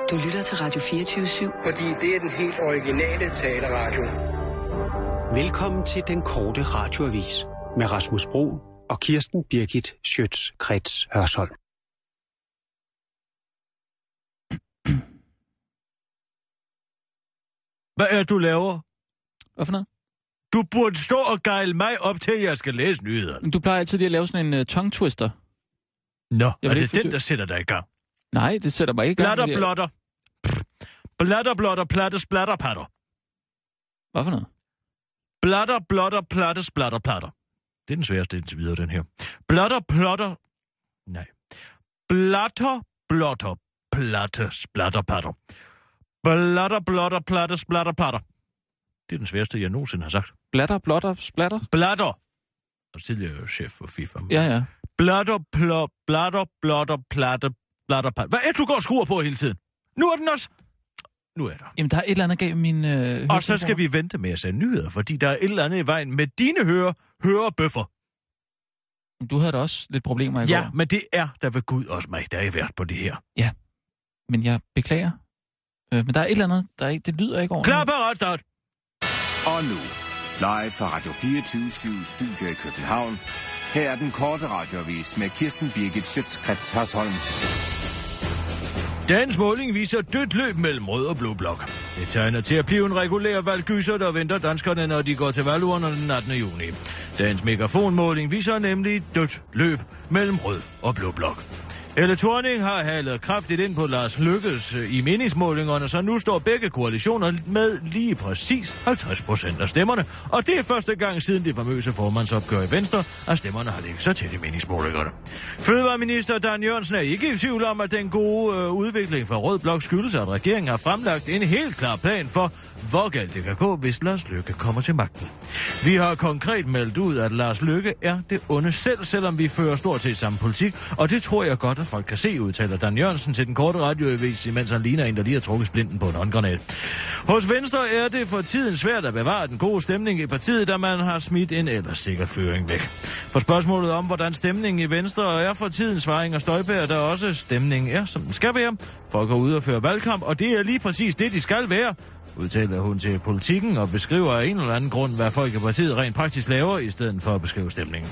Du lytter til Radio 24/7. Fordi det er den helt originale taleradio. Velkommen til den korte radioavis med Rasmus Bro og Kirsten Birgit Schøtz-Krets Hørsholm. Hvad er du laver? Hvad for noget? Du burde stå og gejle mig op til, at jeg skal læse nyhederne. Du plejer altid lige at lave sådan en tongue twister. Nå, er det den, der sætter dig i gang? Nej, det sætter mig ikke i gang. Blatter, blotter. Blatter, blotter, platte, splatter, patter. Hvad for noget? Blatter, blotter, platte, splatter, platter. Det er den sværeste indtil videre, den her. Blatter, plotter... Nej. Blatter, blotter, platte, splatter, patter. Blatter, blotter, platte, splatter, patter. Det er den sværeste, jeg nogensinde har sagt. Blatter, blotter, splatter? Blatter. Og tidligere chef for FIFA. Ja. Blatter, blotter, platte, splatter, patter. Hvad er det, du går og skruer på hele tiden? Nu er den også... Nu er der. Jamen, der er et eller andet gav min... Og så skal vi vente med at sende nyheder, fordi der er et eller andet i vejen med dine hørebøffer. Du havde da også lidt problemer i går. Ja, men det er der ved Gud også mig, der er været på det her. Ja, men jeg beklager. Men der er et eller andet, der ikke, det lyder ikke ordentligt. Klar, parat, start. Og nu, live fra Radio 24/7 Studio i København. Her er den korte radioavis med Kirsten Birgit Schøtz-Krets Hørsholm. Dagens måling viser dødt løb mellem rød og blå blok. Det tegner til at blive en regulær valggyser, der venter danskerne, når de går til valgurnerne den 18. juni. Dagens megafonmåling viser nemlig dødt løb mellem rød og blå blok. Helle Thorning har halet kraftigt ind på Lars Løkkes i meningsmålingerne, så nu står begge koalitioner med lige præcis 50% af stemmerne. Og det er første gang siden det famøse formandsopgør i Venstre, at stemmerne har ligget så tæt i meningsmålingerne. Fødevareminister Dan Jørgensen er ikke i tvivl om, at den gode udvikling for Rød Blok skyldes, at regeringen har fremlagt en helt klar plan for, hvor galt det kan gå, hvis Lars Løkke kommer til magten. Vi har konkret meldt ud, at Lars Løkke er det onde selv, selvom vi fører stort set samme politik, og det tror jeg godt, at folk kan se, udtaler Dan Jørgensen til den korte radioavis, mens han ligner en, der lige har trukket splinten på en håndgranat. Hos Venstre er det for tiden svært at bevare den gode stemning i partiet, da man har smidt en ellers sikker føring væk. På spørgsmålet om, hvordan stemningen i Venstre er for tiden, svarer Inger Støjberg, der også stemningen er, som den skal være. Folk går ud og fører valgkamp, og det er lige præcis det, de skal være, udtaler hun til Politikken og beskriver af en eller anden grund, hvad folk i partiet rent praktisk laver, i stedet for at beskrive stemningen.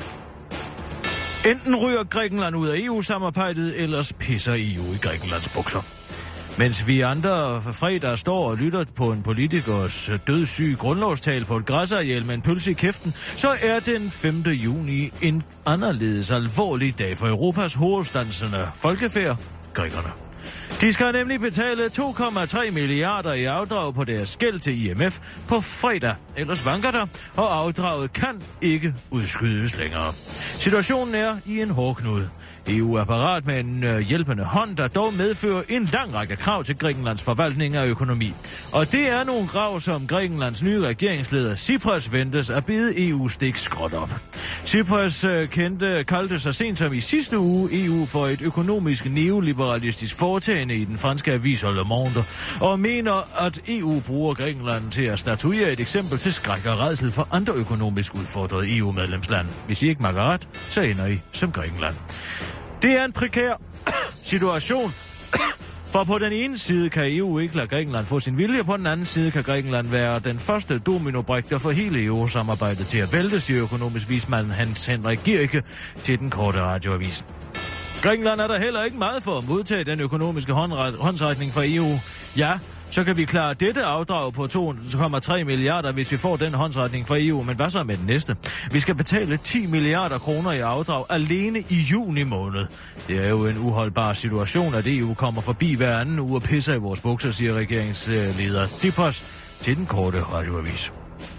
Enten ryger Grækenland ud af EU-samarbejdet, ellers pisser EU i Grækenlands bukser. Mens vi andre for fredag står og lytter på en politikers dødssyge grundlovstal på et græsareal med en pølse i kæften, så er den 5. juni en anderledes alvorlig dag for Europas hovedstansende folkefærd, grækerne. De skal nemlig betale 2,3 milliarder i afdrag på deres gæld til IMF på fredag, ellers vanker der, og afdraget kan ikke udskydes længere. Situationen er i en hårdknude. EU er parat med en hjælpende hånd, der dog medfører en lang række krav til Grækenlands forvaltning af økonomi. Og det er nogle krav, som Grækenlands nye regeringsleder Tsipras ventes at bide EU stik skråt op. Tsipras kaldte sig sent som i sidste uge EU for et økonomisk neoliberalistisk foretagende i den franske avis Le Monde, og mener, at EU bruger Grækenland til at statuere et eksempel til skræk og rædsel for andre økonomisk udfordrede EU-medlemslande. Hvis I ikke makker ret, så ender I som Grækenland. Det er en prekær situation, for på den ene side kan EU ikke lade Grækenland få sin vilje, på den anden side kan Grækenland være den første dominobrik, der får hele EU-samarbejdet til at vælte, siger økonomisk vismand Hans Henrik Gierke til den korte radioavis. Grækenland er der heller ikke meget for at modtage den økonomiske håndsrækning fra EU. Ja, så kan vi klare dette afdrag på 2,3 milliarder, hvis vi får den håndsrækning fra EU. Men hvad så med den næste? Vi skal betale 10 milliarder kroner i afdrag alene i juni måned. Det er jo en uholdbar situation, at EU kommer forbi hver anden uge og pisser i vores bukser, siger regeringsleder Tsipras til den korte radioavis.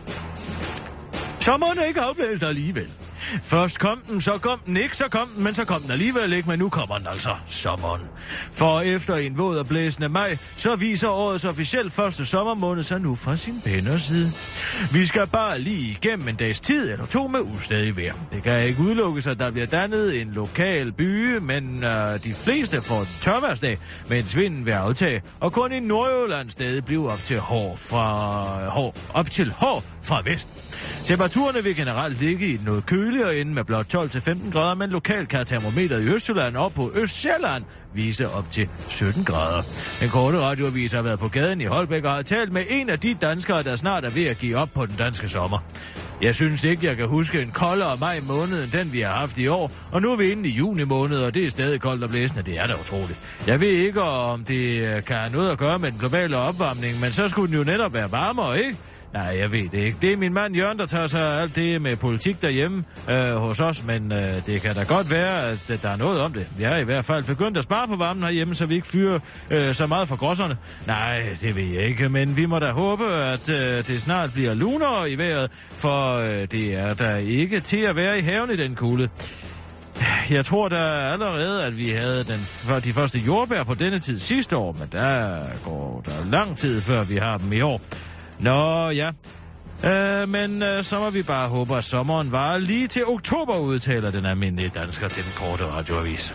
Sommeren er ikke afblæst alligevel. Først kom den, så kom den ikke, så kom den, men så kom den alligevel ikke, men nu kommer den altså, sommeren. For efter en våd og blæsende maj, så viser årets officielt første sommermåned sig nu fra sin pænere side. Vi skal bare lige igennem en dags tid eller to med ustadig vejr. Det kan ikke udelukkes, at der bliver dannet en lokal byge, men de fleste får en tørværsdag, mens vinden vil aftage, og kun i Nordjylland stadig bliver op til hård fra vest. Temperaturerne vil generelt ligge i noget køligere inden med blot 12-15 grader, men lokalt kan termometeret i Østjylland og på Østsjælland vise op til 17 grader. Den korte radioavis har været på gaden i Holbæk og har talt med en af de danskere, der snart er ved at give op på den danske sommer. Jeg synes ikke, jeg kan huske en koldere maj måned end den, vi har haft i år, og nu er vi inde i juni måned, og det er stadig koldt og blæsende. Det er da utroligt. Jeg ved ikke, om det kan have noget at gøre med den globale opvarmning, men så skulle den jo netop være varmere, ikke? Nej, jeg ved det ikke. Det er min mand Jørgen, der tager sig alt det med politik derhjemme hos os, men det kan da godt være, at der er noget om det. Vi har i hvert fald begyndt at spare på varmen herhjemme, så vi ikke fyrer så meget for grosserne. Nej, det ved jeg ikke, men vi må da håbe, at det snart bliver lunere i vejret, for det er der ikke til at være i haven i den kulde. Jeg tror da allerede, at vi havde de første jordbær på denne tid sidste år, men der går der lang tid, før vi har dem i år. Nå ja, men så må vi bare håbe, at sommeren varer lige til oktober, udtaler den almindelige dansker til den korte radioavis.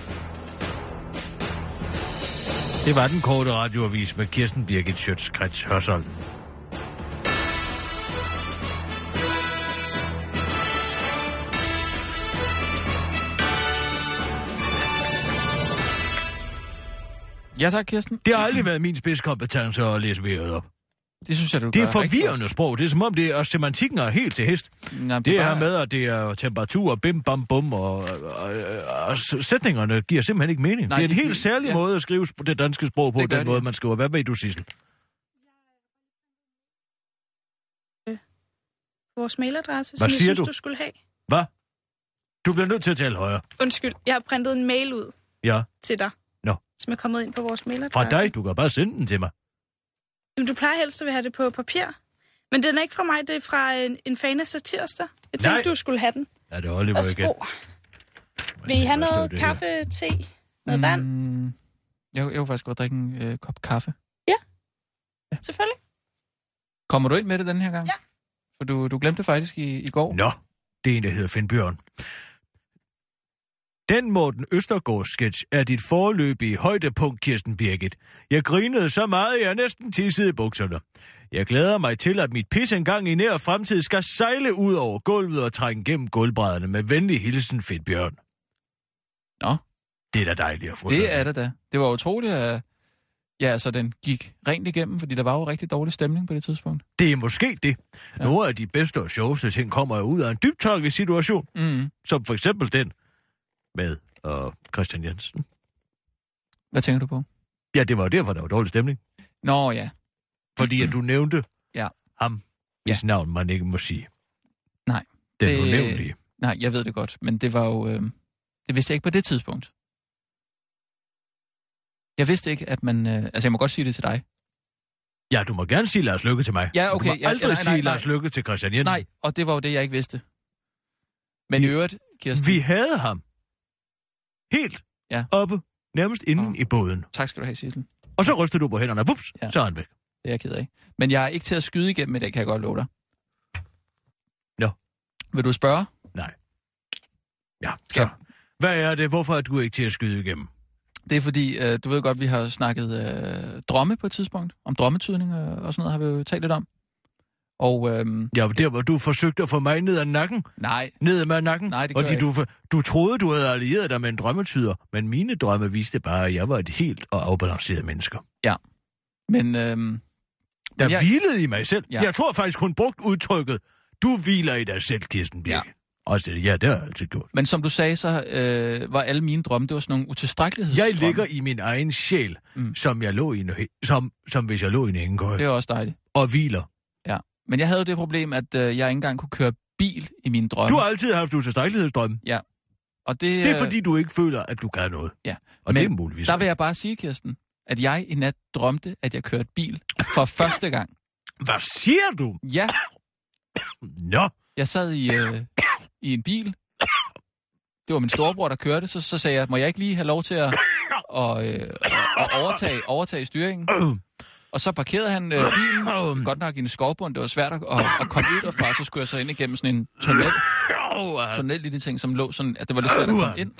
Det var den korte radioavis med Kirsten Birgit Schøtz-Krets Hørsholm. Ja tak, Kirsten. Det har aldrig været min spidskompetence at læse vejret op. Det synes jeg, du det er gør forvirrende sprog. Det er som om, det er semantikken er helt til hest. Jamen, det her med, at det er temperatur, bim, bam, bum, og sætningerne giver simpelthen ikke mening. Nej, det er en helt særlig måde at skrive det danske sprog på, den måde, man skriver. Hvad ved du, Sissel? Vores mailadresse, som jeg synes, du skulle have. Hvad? Du bliver nødt til at tale højere. Undskyld, jeg har printet en mail ud til dig, som er kommet ind på vores mailadresse. Fra dig? Du kan bare sende den til mig. Jamen, du plejer helst at have det på papir. Men den er ikke fra mig, det er fra en fan af Satirster. Jeg tænkte, du skulle have den. Ja, det er Oliver igen. Vil I have noget kaffe, te, noget vand? Jeg kunne faktisk godt drikke en kop kaffe. Ja, selvfølgelig. Kommer du ind med det den her gang? Ja. For du glemte det faktisk i går. Nå, det er en, der hedder Finn Bjørn. Den Morten Østergaard-sketch er dit foreløbige højdepunkt, Kirsten Birgit. Jeg grinede så meget, jeg næsten tissede i bukserne. Jeg glæder mig til, at mit pis engang i nær fremtid skal sejle ud over gulvet og trænge gennem gulvbrædderne med venlig hilsen, Finn Bjørn. Nå. Det er da dejligt at få. Det er det da. Det var utroligt, at altså, den gik rent igennem, fordi der var jo rigtig dårlig stemning på det tidspunkt. Det er måske det. Ja. Nogle af de bedste og sjoveste ting kommer ud af en dybtagelig situation. Som for eksempel den med Christian Jensen. Hvad tænker du på? Ja, det var jo derfor, der var dårlig stemning. Nå, ja. Fordi at du nævnte ham, hvis navn man ikke må sige. Nej. Den unævnlige. Nej, jeg ved det godt, men det var jo... det vidste jeg ikke på det tidspunkt. Jeg vidste ikke, at man... jeg må godt sige det til dig. Ja, du må gerne sige Lars Løkke til mig. Ja, okay. Du må aldrig sige Lars Løkke til Christian Jensen. Nej, og det var jo det, jeg ikke vidste. Men i øvrigt, Kirsten... Vi havde ham. Helt oppe, nærmest inden i båden. Tak skal du have, Sissel. Og så rystede du på hænderne, og vups, så er han væk. Det er jeg ked af. Men jeg er ikke til at skyde igennem i dag, kan jeg godt love dig. Nå. Vil du spørge? Nej. Ja, så. Hvad er det? Hvorfor er du ikke til at skyde igennem? Det er fordi, du ved godt, vi har snakket drømme på et tidspunkt. Om drømmetydning og sådan noget har vi jo talt lidt om. Og, ja, der hvor du forsøgte at få mig ned ad nakken? Nej. Ned med nakken? Nej, det gør jeg ikke. Du troede, du havde allieret dig med en drømmetyder, men mine drømme viste bare, at jeg var et helt og afbalanceret menneske. Ja, men... der hvilede i mig selv. Ja. Jeg tror faktisk, hun brugte udtrykket, du hviler i dig selv, Kirsten Birke. Ja. Også det, det har jeg altid gjort. Men som du sagde, så var alle mine drømme, det var sådan nogle utilstrækkelighedsdrømme. Jeg ligger i min egen sjæl, som jeg lå i som hvis jeg lå i en hængekøje. Det er også dejligt. Og hviler. Ja, men jeg havde jo det problem, at jeg ikke engang kunne køre bil i mine drømme. Du har altid haft utilstrækkelighedsdrømme. Ja. Og det er fordi, du ikke føler, at du kan noget. Ja. Og men det er muligvis. Der vil jeg bare sige, Kirsten, at jeg i nat drømte, at jeg kørte bil for første gang. Hvad siger du? Ja. Nå. Jeg sad i en bil. Det var min storebror, der kørte. Så sagde jeg, må jeg ikke lige have lov til at overtage styringen? Og så parkerede han bilen, godt nok i en skovbund. Det var svært at komme ud derfra, så skulle jeg så ind igennem sådan en tunnel lille ting, som lå sådan, at det var lidt svært at komme ind.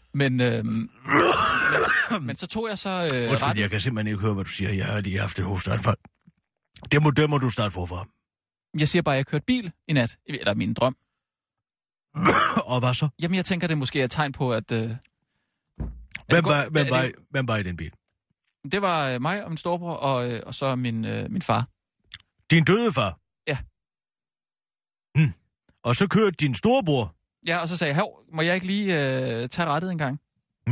Men så tog jeg så... jeg kan simpelthen ikke høre, hvad du siger. Jeg har lige haft et hovedanfald. Det må du starte forfra. Jeg siger bare, at jeg kørte bil i nat. Eller min drøm. Og hvad så? Jamen, jeg tænker, det måske er et tegn på, at... Hvem var i den bil? Det var mig og min storebror, og så min far. Din døde far? Ja. Og så kørte din storebror? Ja, og så sagde jeg, må jeg ikke lige tage rettet en gang?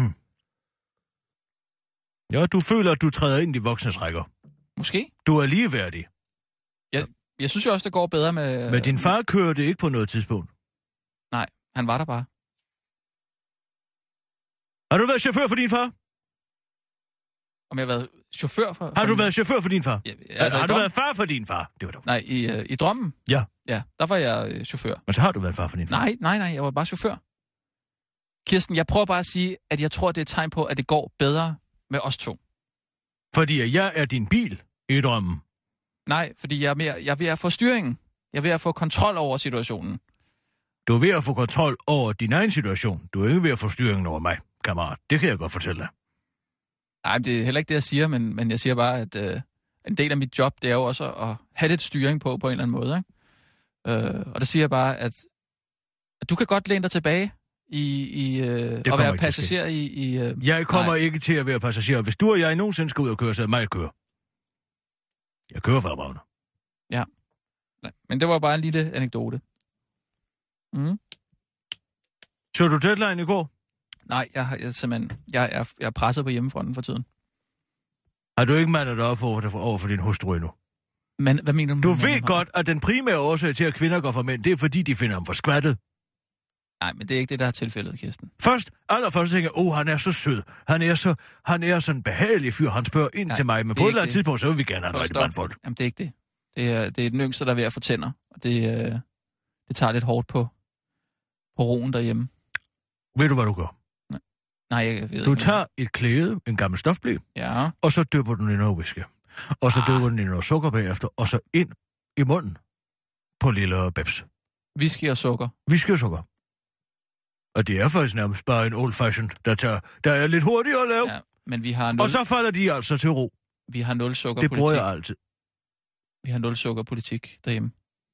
Ja, du føler, at du træder ind i de voksnes rækker. Måske. Du er ligeværdig. Jeg synes jo også, det går bedre med... Men din far kørte ikke på noget tidspunkt? Nej, han var der bare. Har du været chauffør for din far? Om jeg har været chauffør for... Har du været chauffør for din far? Ja, altså har du været far for din far? Det var du. Nej, i drømmen? Ja. Ja, der var jeg chauffør. Men så har du været far for din far? Nej, jeg var bare chauffør. Kirsten, jeg prøver bare at sige, at jeg tror, det er et tegn på, at det går bedre med os to. Fordi jeg er din bil i drømmen? Nej, fordi jeg er ved at få styringen. Jeg er ved at få kontrol over situationen. Du er ved at få kontrol over din egen situation. Du er ikke ved at få styringen over mig, kammerat. Det kan jeg godt fortælle dig. Nej, det er heller ikke det, jeg siger, men jeg siger bare, at en del af mit job, det er jo også at have lidt styring på en eller anden måde. Ikke? Og der siger jeg bare, at du kan godt læne dig tilbage i at være passager i... Jeg kommer ikke til at være passager. Hvis du og jeg nogensinde skal ud og køre, så er det mig, jeg kører. Jeg kører fremragende. Ja. Nej, men det var bare en lille anekdote. Så du Deadline i går? Nej, jeg er presset på hjemmefronten for tiden. Har du ikke mandet dig op over for din hustru endnu? Men hvad mener du? Du ved godt, at den primære årsag til, at kvinder går for mænd, det er fordi, de finder ham for skvattet. Nej, men det er ikke det, der er tilfældet, Kirsten. Allerførst tænker jeg, han er så sød. Han er sådan en behagelig fyr. Han spørger ind til mig, men på et eller andet tidspunkt, så vil vi gerne have en rigtig mandfolk. Jamen, det er ikke det. Det er den yngste, der er ved at få tænder. Og det tager lidt hårdt på roen derhjemme. Ved du, hvad du gør? Nej, jeg ved ikke. Du tager et klæde, en gammel stofble, ja. Og så dypper du den i noget whisky. Og så dypper den i noget sukker bagefter, og så ind i munden på lille Babs. Whisky og sukker. Whisky og sukker. Og det er faktisk nærmest bare en old fashion, der er lidt hurtigere at lave. Ja, men vi har 0... Og så falder de altså til ro. Vi har 0 sukkerpolitik. Det bruger jeg altid. Vi har 0 sukkerpolitik derhjemme.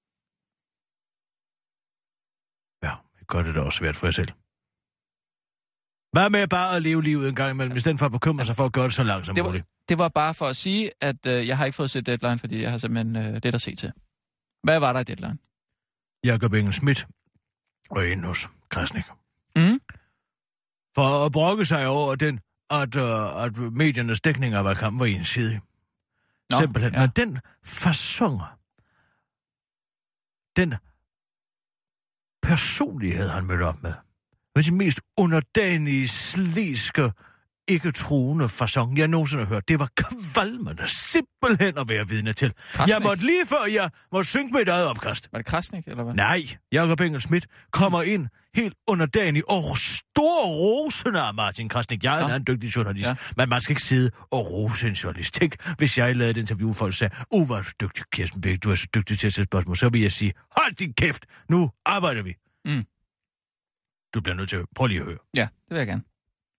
Ja, det gør det da også svært for jer selv. Hvad med bare at leve livet en gang imellem, i stedet for at bekymre sig for at gøre det så langt som muligt? Det var bare for at sige, at jeg har ikke fået set Deadline, fordi jeg har simpelthen lidt at se til. Hvad var der i Deadline? Jakob Engel-Schmidt og inde hos Krasnik. For at brokke sig over den, at mediernes dækning af valgkampen var ensidig. Simpelthen. Ja. Men den fasonger, den personlighed, han mødte op med de mest underdanige, sliske, ikke-truende facon, jeg nogensinde har hørt. Det var kvalmende simpelthen at være vidne til. Krasnik. Jeg måtte lige før, jeg måtte synke med et eget opkast. Var det Krasnik, eller hvad? Nej, Jakob Engel-Schmidt kommer ind helt underdanig og stor rosende af Martin Krasnik. Jeg er en dygtig journalist, men man skal ikke sidde og rose en journalist. Tænk, hvis jeg lavede et interview, folk sagde, hvor er du dygtig, Kirsten Birgit, du er så dygtig til at sætte spørgsmål, så vil jeg sige, hold din kæft, nu arbejder vi. Du bliver nødt til at prøve lige at høre. Ja, det vil jeg gerne.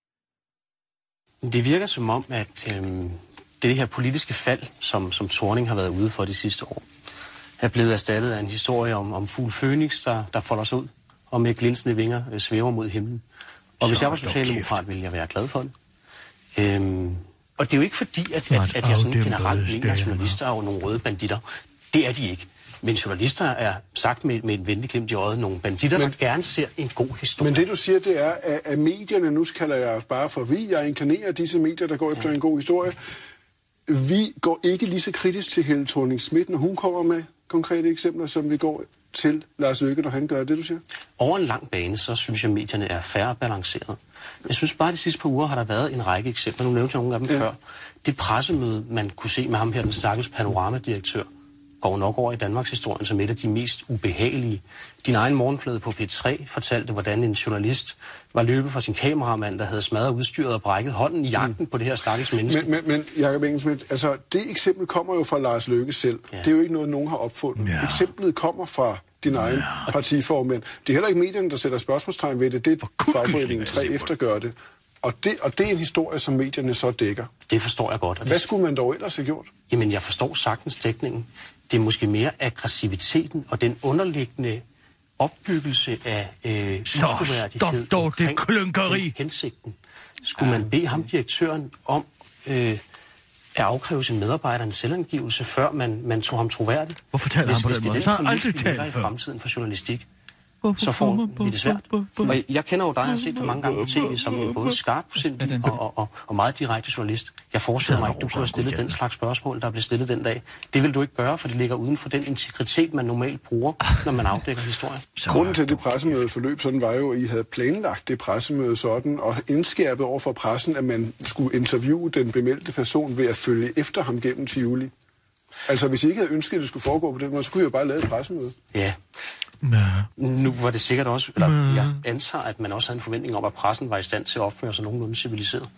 Det virker som om, at det her politiske fald, som Thorning har været ude for de sidste år, er blevet erstattet af en historie om fugl Fønix, der folder sig ud, og med glinsende vinger svæver mod himlen. Og hvis jeg var socialdemokrat, ville jeg være glad for det. Og det er jo ikke fordi, at jeg sådan generelt mener, at journalister er jo nogle røde banditter. Det er de ikke. Men journalister er sagt med en venlig glimt i øjet nogle banditter, der gerne ser en god historie. Men det du siger, det er, at medierne, nu kalder jeg os bare for jeg inkarnerer disse medier, der går efter en god historie. Vi går ikke lige så kritisk til Helle Thorning-Schmidt, når hun kommer med konkrete eksempler, som vi går til Lars Løkke, når han gør det, du siger? Over en lang bane, så synes jeg, at medierne er færre balanceret. Jeg synes bare, at de sidste par uger har der været en række eksempler. Nu nævnte jeg nogle af dem før. Det pressemøde, man kunne se med ham her, den stakkels panoramadirektør, går nok over i Danmarks historien som et af de mest ubehagelige. Din egen morgenflade på P3 fortalte, hvordan en journalist var løbet fra sin kameramand, der havde smadret udstyret og brækket hånden i jagten på det her stakkels menneske. Men Jakob Engel-Schmidt, altså det eksempel kommer jo fra Lars Løkke selv. Ja. Det er jo ikke noget, nogen har opfundet. Ja. Eksemplet kommer fra din egen partiformand. Det er heller ikke medierne, der sætter spørgsmålstegn ved det. Det er fagforeningen 3 eftergør det. Og det er en historie, som medierne så dækker. Det forstår jeg godt. Hvad skulle man dog ellers have gjort? Jamen, jeg forstår sagtens dækningen. Det er måske mere aggressiviteten og den underliggende opbyggelse af utroværdighed. Så stop det klynkeri! Hensigten. Skulle man bede ham, direktøren, om at afkræve sin medarbejder en selvangivelse, før man tog ham troværdigt? Hvorfor taler han på den måde? Så har han aldrig talt før. I fremtiden for journalistik, så får vi det svært. Og jeg kender jo dig, jeg har set dig mange gange på tv, som både skarpsindig og meget direkte journalist. Jeg forestiller mig ikke, du kunne have stillet den slags spørgsmål, der blev stillet den dag. Det vil du ikke gøre, for det ligger uden for den integritet, man normalt bruger, når man afdækker historier. Grunden til det pressemøde forløb sådan var jo, at I havde planlagt det pressemøde sådan, og indskærpet over for pressen, at man skulle interviewe den bemeldte person ved at følge efter ham gennem Tivoli. Altså, hvis I ikke havde ønsket, at det skulle foregå på den måde, så kunne I jo bare lave et pressemøde. Ja. Nu var det sikkert også, eller jeg antager, at man også havde en forventning om, at pressen var i stand til at opføre sig nogenlunde civiliseret.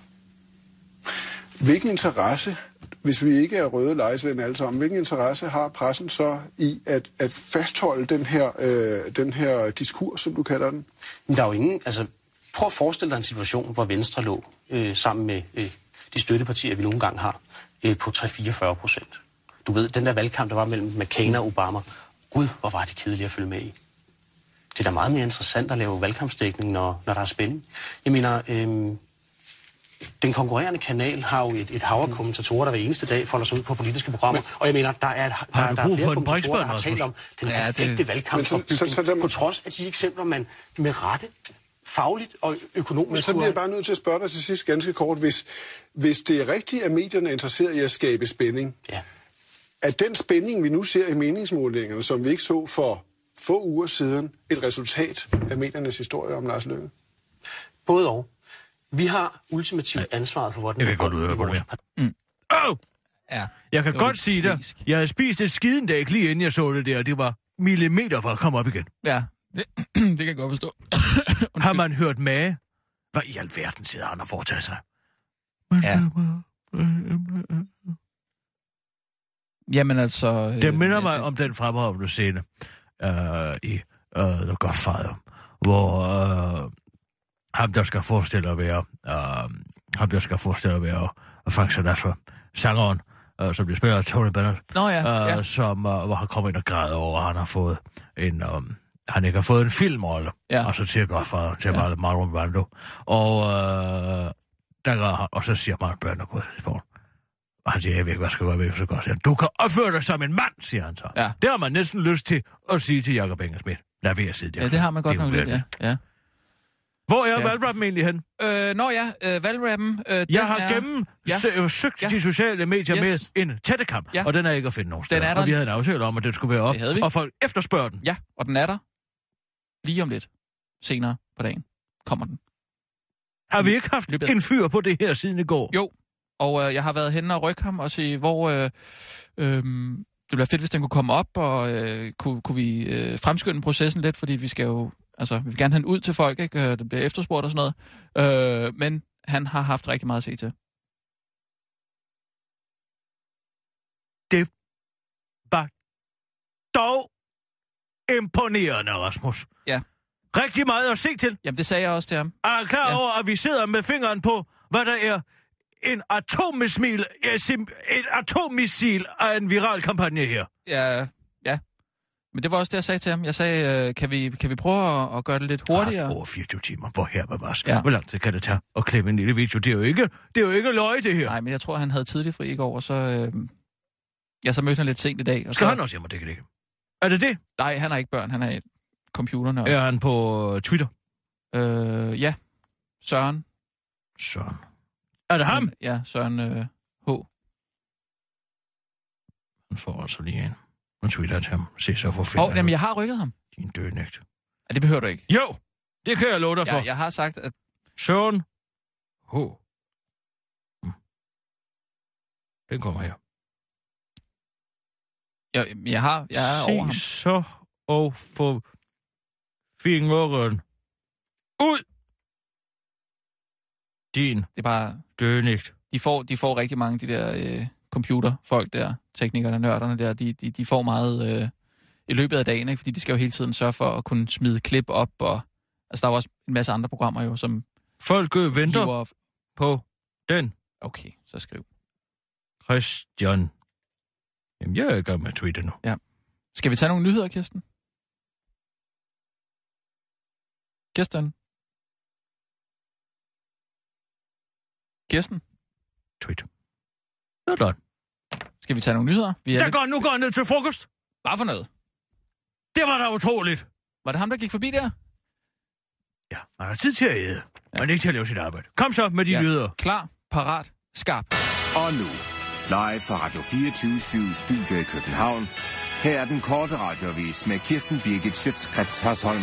Hvilken interesse, hvis vi ikke er røde lejesvende alle sammen, hvilken interesse har pressen så i at fastholde den her diskurs, som du kalder den? Men der er jo ingen, altså prøv at forestille dig en situation, hvor Venstre lå sammen med de støttepartier, vi nogle gange har, på 3-44%. Du ved, den der valgkamp, der var mellem McCain og Obama, gud, hvor var det kedeligt at følge med i. Det er da meget mere interessant at lave valgkampsdækning, når der er spænding. Jeg mener, den konkurrerende kanal har jo et hav af kommentatorer, der hver eneste dag folder sig ud på politiske programmer. Og jeg mener, der er flere kommentatorer, der har talt om den perfekte valgkampsopbygning, på trods af de eksempler, man med rette fagligt og økonomisk... Men så bliver jeg bare nødt til at spørge dig til sidst ganske kort. Hvis det er rigtigt, at medierne er interesseret i at skabe spænding, at den spænding, vi nu ser i meningsmålingerne, som vi ikke så for få uger siden, et resultat af mediernes historie om Lars Løkke? Både og. Vi har ultimativt ansvaret for, hvordan... Jeg kan godt ud af det. Ja, jeg kan godt sige dig, jeg havde spist et skidendæk lige inden jeg så det der, det var millimeter for at komme op igen. Ja, det kan jeg godt forstå. Har man hørt mage? Hvad i alverden sidder han og foretager sig? Ja. Jamen altså... Det minder mig om den fremragende scene i The Godfather, hvor ham, der skal forestille at være Frank Sinatra, sangeren, som bliver spillet af Tony Bennett, hvor han kommer ind og græder over, at han har fået han ikke har fået en filmrolle, og så siger Godfather til Marlon Brando, der græder han, og så siger Marlon Brando på et tidspunkt, og han siger, jeg ved ikke, hvad skal jeg gøre, så godt. Siger, du kan opføre dig som en mand, siger han så. Ja. Det har man næsten lyst til at sige til Jakob Engelsmidt. Lad være at sidde der. Ja, det har man godt nok lidt, ja. Hvor er valgrappen egentlig hen? Valgrappen... jeg har søgt de sociale medier med en tættekamp, og den er ikke at finde nogen steder. Og vi havde en aftale om, at den skulle være op, og folk efterspørger den. Ja, og den er der. Lige om lidt. Senere på dagen kommer den. Har vi ikke haft en fyr på det her siden i går? Jo, og jeg har været henne og rykke ham og se, hvor... det ville være fedt, hvis den kunne komme op, og kunne vi fremskynde processen lidt, fordi vi skal jo... Altså, vi vil gerne have den ud til folk, ikke? Det bliver efterspurgt og sådan noget. Men han har haft rigtig meget at se til. Det var dog imponerende, Rasmus. Ja. Rigtig meget at se til. Jamen, det sagde jeg også til ham. Er klar over, at vi sidder med fingeren på, hvad der er en atommissile af en viral kampagne her? Ja. Men det var også det, jeg sagde til ham. Jeg sagde, kan vi prøve at gøre det lidt hurtigere? Jeg har haft over 24 timer for her med vas. Ja. Hvor lang tid kan det tage at klippe en lille video? Det er jo ikke løje, det her. Nej, men jeg tror, han havde tidlig fri i går, og så... så mødte han lidt sent i dag. Og skal så... han også hjem og dække det? Er det det? Nej, han har ikke børn. Han er computerne. Er han på Twitter? Ja. Søren. Er det ham? Ja, Søren H. Han får altså lige en. Man twitter til ham. Se så for fedt. Jamen, jeg har rykket ham. Din dødnægt. Ja, det behøver du ikke. Jo, det kan jeg love dig for. Jeg har sagt, at... Søren H. Den kommer her. Jeg er over ham. Se så og få fingeren ud. Din det er bare dødnægt. De får rigtig mange de der computerfolk der, teknikerne, nørderne der, de får meget i løbet af dagen, ikke? Fordi de skal jo hele tiden sørge for at kunne smide klip op, og altså der er jo også en masse andre programmer jo, som Folk venter på den. Okay, så skriv. Christian. Jamen, jeg er i gang med at tweete nu. Ja. Skal vi tage nogle nyheder, Kirsten? Kirsten? Tweet. Sådan. Skal vi tage nogle nyheder? Nu går jeg ned til frokost. Hvad for noget? Det var da utroligt. Var det ham, der gik forbi der? Ja, man har tid til at æde, men ikke til at lave sit arbejde. Kom så med de nyheder. Klar, parat, skarp. Og nu, live fra Radio 24/7 Studio i København. Her er den korte radioavis med Kirsten Birgit Schøtz-Krets Hørsholm.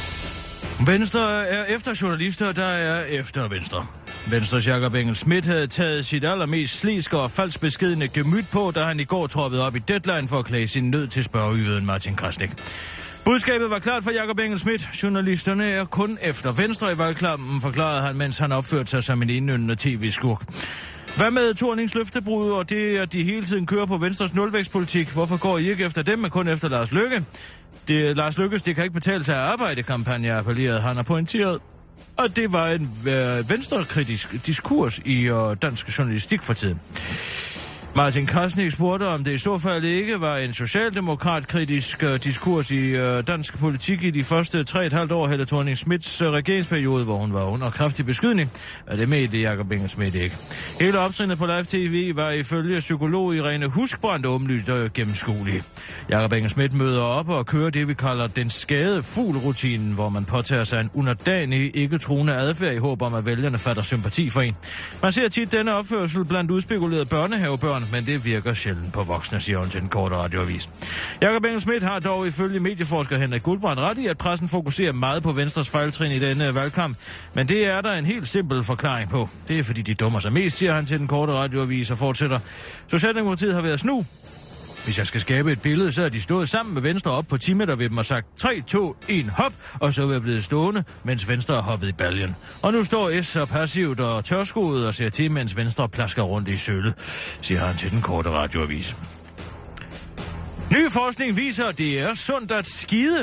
Venstre er efter journalister, der er efter Venstre. Venstres Jakob Engel-Schmidt havde taget sit allermest sliske og falsk beskedne gemyt på, da han i går troppede op i Deadline for at klage sin nød til spørgeyden Martin Krasnik. Budskabet var klart for Jakob Engel-Schmidt. Journalisterne er kun efter Venstre i valgkampen, forklarede han, mens han opførte sig som en indyndende tv-skurk. Hvad med Thornings løftebrud, og det at de hele tiden kører på Venstres nulvækstpolitik? Hvorfor går I ikke efter dem, men kun efter Lars Løkke? Lars Løkkes, det kan ikke betale sig at arbejde, kampagne appellerede han og pointeret. Og det var en venstrekritisk diskurs i dansk journalistik for tiden. Martin Krasnik spurgte, om det i så fald ikke var en socialdemokratkritisk diskurs i dansk politik i de første 3,5 år Helle Thorning-Schmidts regeringsperiode, hvor hun var under kraftig beskydning. Og det mente Jakob Engel-Schmidt ikke. Hele optrinnet på live tv var ifølge psykolog Irene Huskbrand åbenlyst og gennemskuelig. Jakob Engel-Schmidt møder op og kører det, vi kalder den skade fugl-rutinen, hvor man påtager sig en underdanig, ikke-truende adfærd i håb om, at vælgerne fatter sympati for en. Man ser tit denne opførsel blandt udspekulerede børnehavebørn, men det virker sjældent på voksne, siger hun til den korte radioavis. Jakob Engel-Schmidt har dog ifølge medieforsker Henrik Guldbrand ret i, at pressen fokuserer meget på Venstres fejltrin i denne valgkamp, men det er der en helt simpel forklaring på. Det er fordi de dummer sig mest, siger han til den korte radioavis og fortsætter. Socialdemokratiet har været snu. Hvis jeg skal skabe et billede, så er de stået sammen med Venstre op på 10 meter ved dem og sagt 3, 2, 1, hop, og så er vi blevet stående, mens Venstre har hoppet i baljen. Og nu står S så passivt og tørskoet og ser til, mens Venstre plasker rundt i sølet, siger han til den korte radioavis. Ny forskning viser, at det er sundt at skide.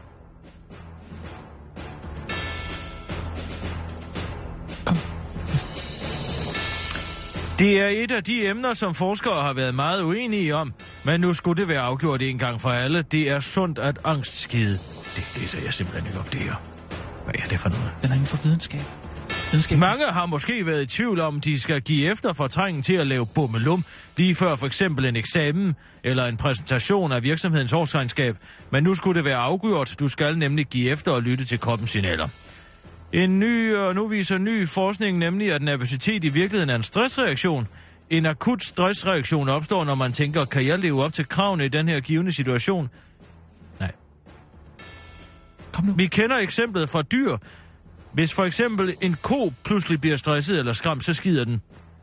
Det er et af de emner, som forskere har været meget uenige om, men nu skulle det være afgjort en gang for alle. Det er sundt at angstskide. Det læser jeg simpelthen ikke op, det her. Hvad er det for noget? Den er inden for videnskab. Mange har måske været i tvivl om, de skal give efter for trængen til at lave bummelum, lige før for eksempel en eksamen eller en præsentation af virksomhedens årsregnskab. Men nu skulle det være afgjort. Du skal nemlig give efter og lytte til kroppens signaler. Nu viser ny forskning nemlig, at nervøsitet i virkeligheden er en stressreaktion. En akut stressreaktion opstår, når man tænker, kan jeg leve op til kravene i den her givende situation? Nej. Kom nu. Vi kender eksemplet fra dyr. Hvis for eksempel en ko pludselig bliver stresset eller skræmt, så skider den.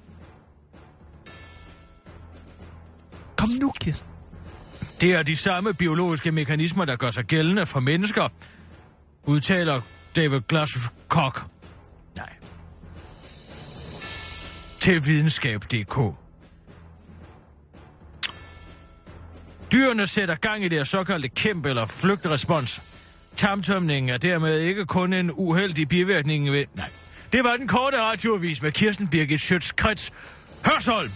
Kom nu, Kirsten. Det er de samme biologiske mekanismer, der gør sig gældende for mennesker, udtaler David Glascock. Nej. Til videnskab.dk. Dyrene sætter gang i deres såkaldte kæmpe- eller flygtrespons. Tarmtømningen er dermed ikke kun en uheldig bivirkning ved... Nej. Det var den korte radioavis med Kirsten Birgit Schøtz-Krets Hørsholm.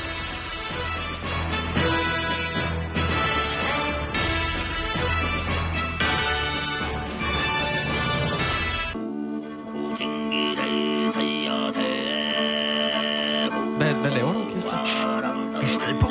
Hvad laver du, Kirsten? Vi er stadig på.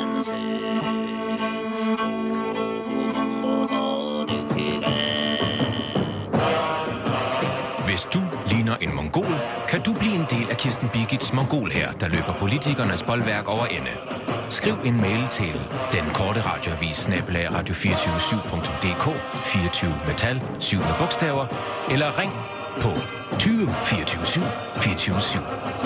Hvis du ligner en mongol, kan du blive en del af Kirsten Birgits mongolhær, der løber politikernes boldværk over ende. Skriv en mail til den korte radioavis @radio247.dk 24 metal 7 med bogstaver, eller ring på 20 24 7 24 7.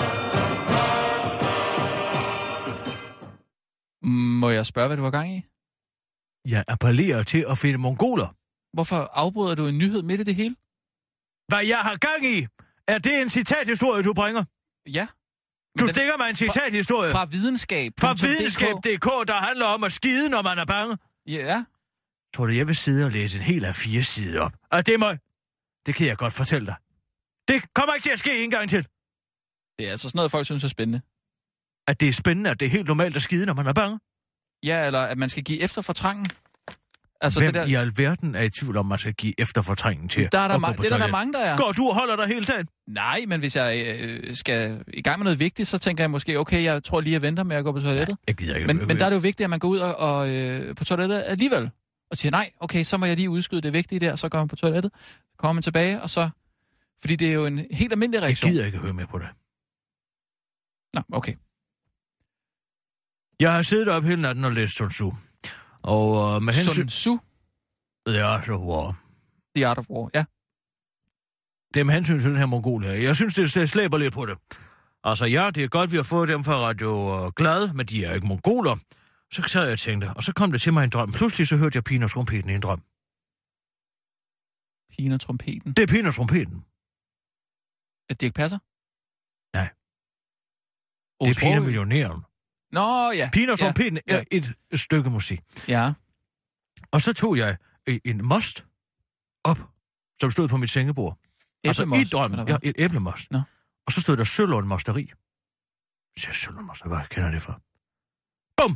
Må jeg spørge, hvad du var gang i? Jeg appellerer til at finde mongoler. Hvorfor afbryder du en nyhed midt i det hele? Hvad jeg har gang i? Er det en citathistorie, du bringer? Ja. Du stikker mig en citathistorie. Fra videnskab. Fra videnskab.dk, der handler om at skide, når man er bange. Ja. Tror du, jeg vil sidde og læse en hel A4-side op? Og det kan jeg godt fortælle dig. Det kommer ikke til at ske en gang til. Det er altså sådan noget, folk synes er spændende. At det er spændende, at det er helt normalt at skide, når man er bange? Ja, eller at man skal give efter for trangen. Altså, hvem det der... i alverden er i tvivl om, man skal give efter for trangen til der er der at gå på det er der mange, der er. Går du og holder dig hele dagen? Nej, men hvis jeg skal i gang med noget vigtigt, så tænker jeg måske, okay, jeg tror lige, jeg venter med at gå på toilettet. Jeg gider ikke. Men der er det jo vigtigt, at man går ud og på toilettet alligevel. Og siger, nej, okay, så må jeg lige udskyde det vigtige der, så går man på toilettet, så kommer man tilbage, og så... Fordi det er jo en helt almindelig reaktion. Jeg gider ikke høre med på det. Nå, okay. Jeg har siddet op hele natten og læst Sun Tzu. Og med hensyn... Sun Tzu? The Art of War. The Art of War, ja. Det er med hensyn til den her mongol her. Jeg synes, det slæber lidt på det. Altså ja, det er godt, vi har fået dem fra Radio Glad, men de er ikke mongoler. Så sad jeg og tænkte, og så kom det til mig en drøm. Pludselig så hørte jeg Pina Trompeten i en drøm. Pina Trompeten? Det er Pina Trompeten. At det ikke passer? Nej. Det er Pina Millionæren. Nå, ja. Pina Trompeten er et stykke musik. Ja. Og så tog jeg en most op, som stod på mit sengebord. Altså i drømmen. Ja, et æblemost. Nå. Og så stod der Sølund Mosteri. Så jeg Sølund Mosteri, hvad kender det fra? Bum!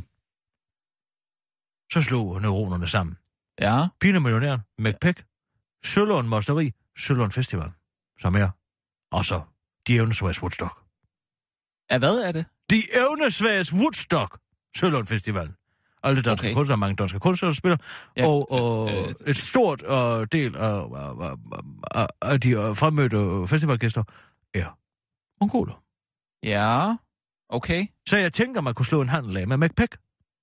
Så slog neuronerne sammen. Ja. Pina Millionæren, McPeck, Sølund Mosteri, Sølund Festival, som er. Og så De Evnesvages Woodstock. Ja, hvad er det? De Evnesvages Woodstock, Sølund Festivalen. Alle danske kunstnere, mange danske kunstnere, der spiller. Ja. Og et stort del af de fremmødte festivalgæster er mongoler. Ja, okay. Så jeg tænker, man kunne slå en handel af med McPeck.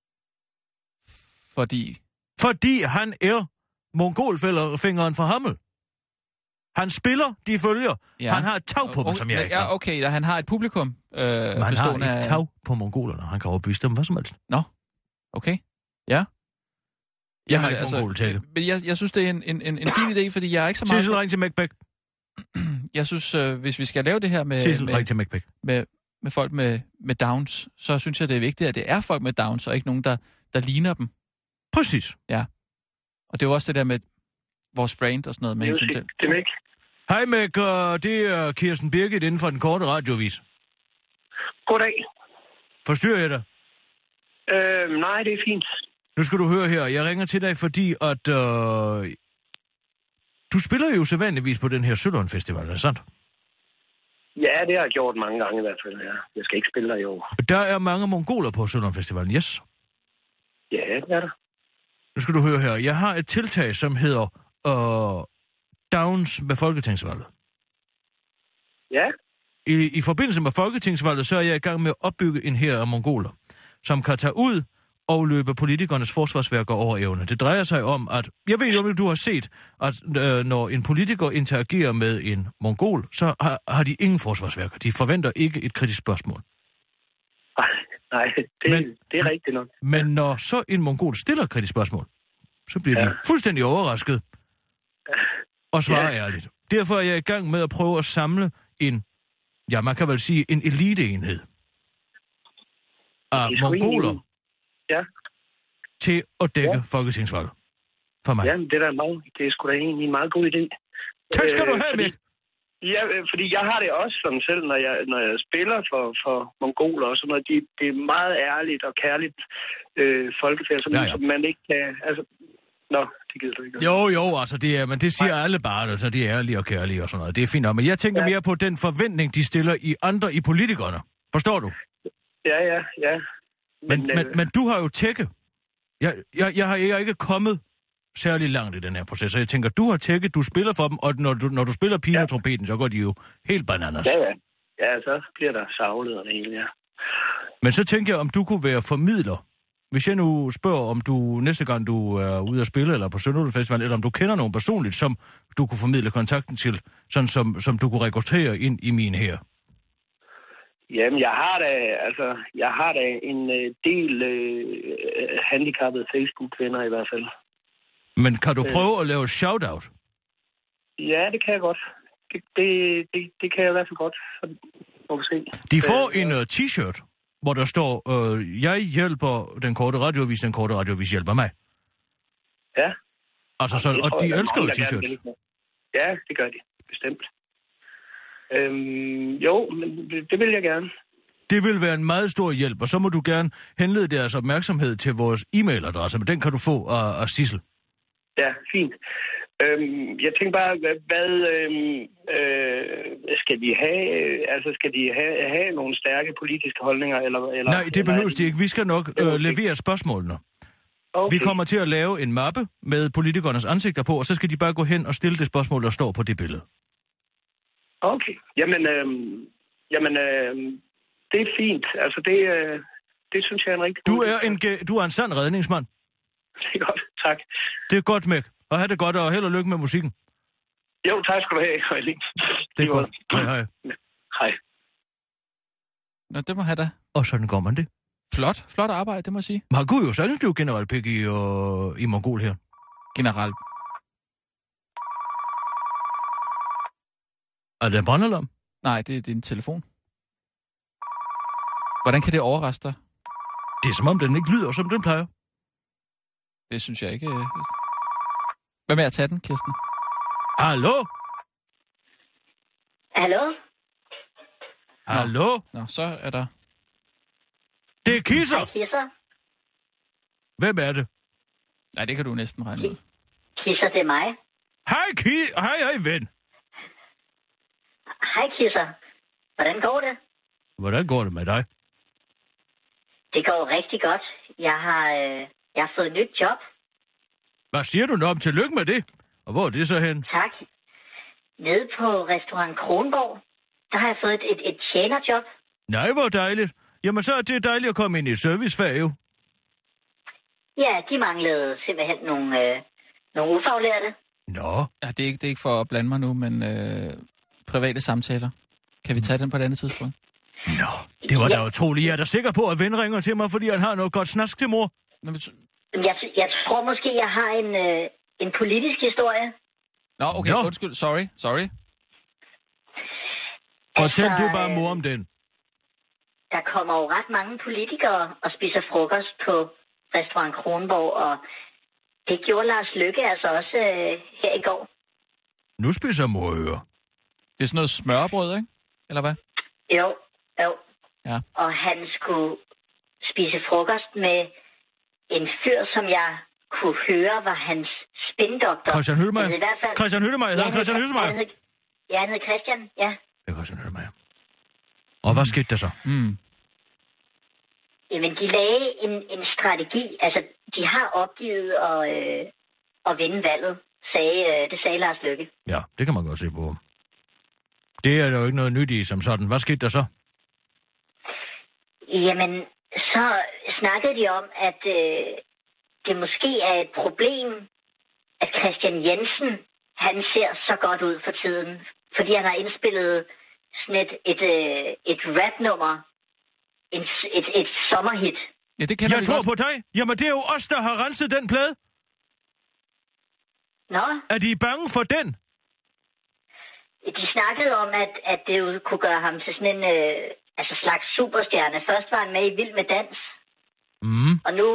Fordi han er mongolfingeren fra Hammel. Han spiller, de følger. Ja. Han har et tag på dem, som jeg ikke har. Ja, okay, han har et publikum. Men han har et tag på mongolerne. Han kan overbevise dem hvad som helst. Nå, okay. Ja. Jeg har ikke mongol-tække. Men jeg synes, det er en fin idé, fordi jeg er ikke så meget... Sissel, ring til McPeck. Jeg synes, hvis vi skal lave det her med... Sissel, ring til McPeck. Med folk med Downs, så synes jeg, det er vigtigt, at det er folk med Downs, og ikke nogen, der ligner dem. Præcis. Ja. Og det er jo også det der med vores brand og sådan noget. Med det er Mick. Hej Mick, det er Kirsten Birgit inden for den korte radiovis. Goddag. Forstyrrer jeg dig? Nej, det er fint. Nu skal du høre her. Jeg ringer til dig, fordi at... du spiller jo sædvanligvis på den her Sølund Festival, er det sandt? Ja, det har jeg gjort mange gange i hvert fald, ja. Jeg skal ikke spille der i år. Der er mange mongoler på Sølund Festivalen, yes? Ja, det er der. Nu skal du høre her. Jeg har et tiltag, som hedder Downs med Folketingsvalget. Ja. I forbindelse med Folketingsvalget, så er jeg i gang med at opbygge en hær af mongoler, som kan tage ud og løbe politikernes forsvarsværker over evne. Det drejer sig om, at... Jeg ved ikke, om du har set, at når en politiker interagerer med en mongol, så har de ingen forsvarsværker. De forventer ikke et kritisk spørgsmål. Nej, det er rigtigt nok. Men når så en mongol stiller et kritisk spørgsmål, så bliver de fuldstændig overrasket og svarer ærligt. Derfor er jeg i gang med at prøve at samle man kan vel sige, en eliteenhed af mongoler til at dække Folketingsvalget. For mig. Ja, det er sgu da egentlig en meget god idé. Tak skal du have, Mick. Ja, fordi jeg har det også sådan selv, når jeg spiller for mongoler og sådan noget. Det er meget ærligt og kærligt folkefærd, som man ikke kan... Altså, det gider du ikke. Jo, altså men det siger alle bare, så de er ærlige og kærlige og sådan noget. Det er fint nok, men jeg tænker mere på den forventning, de stiller i politikerne. Forstår du? Ja. Men du har jo tækket. Jeg er ikke kommet særlig langt i den her proces, så jeg tænker, du har tækket, du spiller for dem, og når du spiller Pina Trompeten, så går de jo helt bananas. Ja, så bliver der savlet og det hele, ja. Men så tænker jeg, om du kunne være formidler. Hvis jeg nu spørger, om du næste gang, du er ude at spille, eller på Sølund Festival, eller om du kender nogen personligt, som du kunne formidle kontakten til, sådan som du kunne rekruttere ind i min her. Jamen, jeg har da en del handicappede Facebook-venner i hvert fald. Men kan du prøve at lave et shout-out? Ja, det kan jeg godt. Det kan jeg i hvert fald godt. Må vi se. De får en t-shirt, hvor der står, jeg hjælper den korte radiovis hjælper mig. Ja. Altså, og de elsker jo t-shirts. Ja, det gør de. Bestemt. Jo, men det vil jeg gerne. Det vil være en meget stor hjælp, og så må du gerne henlede deres opmærksomhed til vores e-mailadresse, men den kan du få af Sissel. Ja, fint. Jeg tænker bare, hvad skal de have? Altså, skal de have nogle stærke politiske holdninger? Eller nej, det behøves de ikke. Vi skal nok levere spørgsmålene. Okay. Vi kommer til at lave en mappe med politikernes ansigter på, og så skal de bare gå hen og stille det spørgsmål, der står på det billede. Okay. Jamen, det er fint. Altså, det synes jeg er en rigtig god... Du er en sand redningsmand. Det er godt, tak. Det er godt, Mæk. Og have det godt, og held og lykke med musikken. Jo, tak skal du have. Det er godt. Hej. Hej. Nå, det må have da. Og sådan går man det. Flot arbejde, det må jeg sige. Man kunne jo sagtens blive general Pik i Mongol her. General. Er det en brandalarm? Nej, det er din telefon. Hvordan kan det overraske dig? Det er som om, den ikke lyder, som den plejer. Det synes jeg ikke. Hvad med at tage den, Kirsten? Hallo? Hallo? Hallo? Nå, så er der... Det er Kisser! Hej, Kisser. Hvem er det? Nej, det kan du næsten regne ud. Kisser, det er mig. Hej, ven. Hej, Kisser. Hvordan går det? Hvordan går det med dig? Det går rigtig godt. Jeg har fået et nyt job. Hvad siger du nu om? Tillykke med det. Og hvor er det så hen? Tak. Nede på restaurant Kronborg, der har jeg fået et tjenerjob. Nej, hvor dejligt. Jamen, så er det dejligt at komme ind i et servicefag, jo. Ja, de manglede simpelthen nogle ufaglærte. Nå. Ja, det er ikke for at blande mig nu, men private samtaler. Kan vi tage den på et andet tidspunkt? Nå, det var da utroligt. Jeg er da sikker på, at ven ringer til mig, fordi han har noget godt snask til mor. Jeg tror måske, jeg har en politisk historie. Nå, okay, undskyld. Sorry. Fortæl du bare mor om den. Der kommer jo ret mange politikere og spiser frokost på restaurant Kronborg, og det gjorde Lars Løkke altså også her i går. Nu spiser mor øre. Det er sådan noget smørbrød, ikke? Eller hvad? Jo. Ja. Og han skulle spise frokost med en fyr, som jeg kunne høre var hans spindoktor. Christian Hødemeyer? Christian Hødemeyer hedder han. Christian Hødemeyer? Ja, han hedder Christian, ja. Det er Christian Hødemeyer. Og hvad skete der så? Jamen, de lagde en strategi. Altså, de har opgivet at vinde valget, det sagde Lars Løkke. Ja, det kan man godt se på. Det er der jo ikke noget nyt i som sådan. Hvad skete der så? Jamen, så snakkede de om, at det måske er et problem, at Christian Jensen, han ser så godt ud for tiden. Fordi han har indspillet sådan et rap-nummer. Et sommerhit. Ja, det kender jeg tror godt på dig. Jamen, det er jo os, der har renset den plade. Nå? Er de bange for den? De snakkede om, at det jo kunne gøre ham til sådan en slags superstjerne. Først var han med i Vild med Dans. Og nu,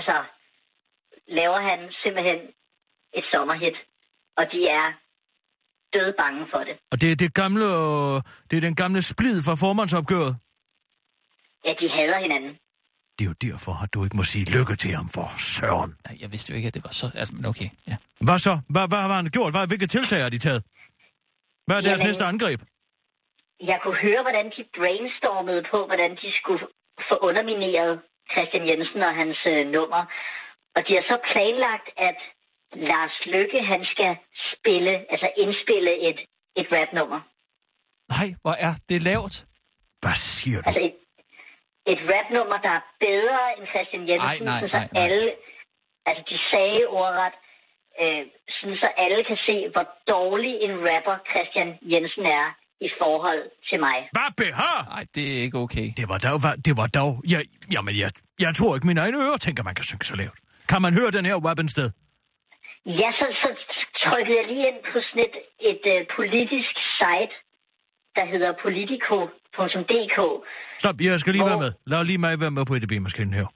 laver han simpelthen et sommerhit. Og de er døde bange for det. Og det er den gamle splid fra formandsopgøret? Ja, de hader hinanden. Det er jo derfor, at du ikke må sige lykke til ham for søren. Nej, jeg vidste jo ikke, at det var så... men okay, ja. Hvad så? Hvad har han gjort? Hvilke tiltag har de taget? Hvad er deres næste angreb? Jeg kunne høre, hvordan de brainstormede på, hvordan de skulle få undermineret Christian Jensen og hans nummer. Og de har så planlagt, at Lars Løkke, han skal indspille et rapnummer. Nej, hvor er det lavt? Hvad siger du? Et rapnummer, der er bedre end Christian Jensen, så alle, de sagde ordret, sådan så alle kan se, hvor dårlig en rapper Christian Jensen er i forhold til mig. Hvad behar? Nej, det er ikke okay. Det var dog. Jeg tror ikke mine egne ører tænker, man kan synge så lavt. Kan man høre den her rap en sted? Ja, så trykkede jeg lige ind på sådan et politisk site, der hedder politico.dk. Stop, jeg skal lige være med. Lad lige mig være med på EDB-maskinen her.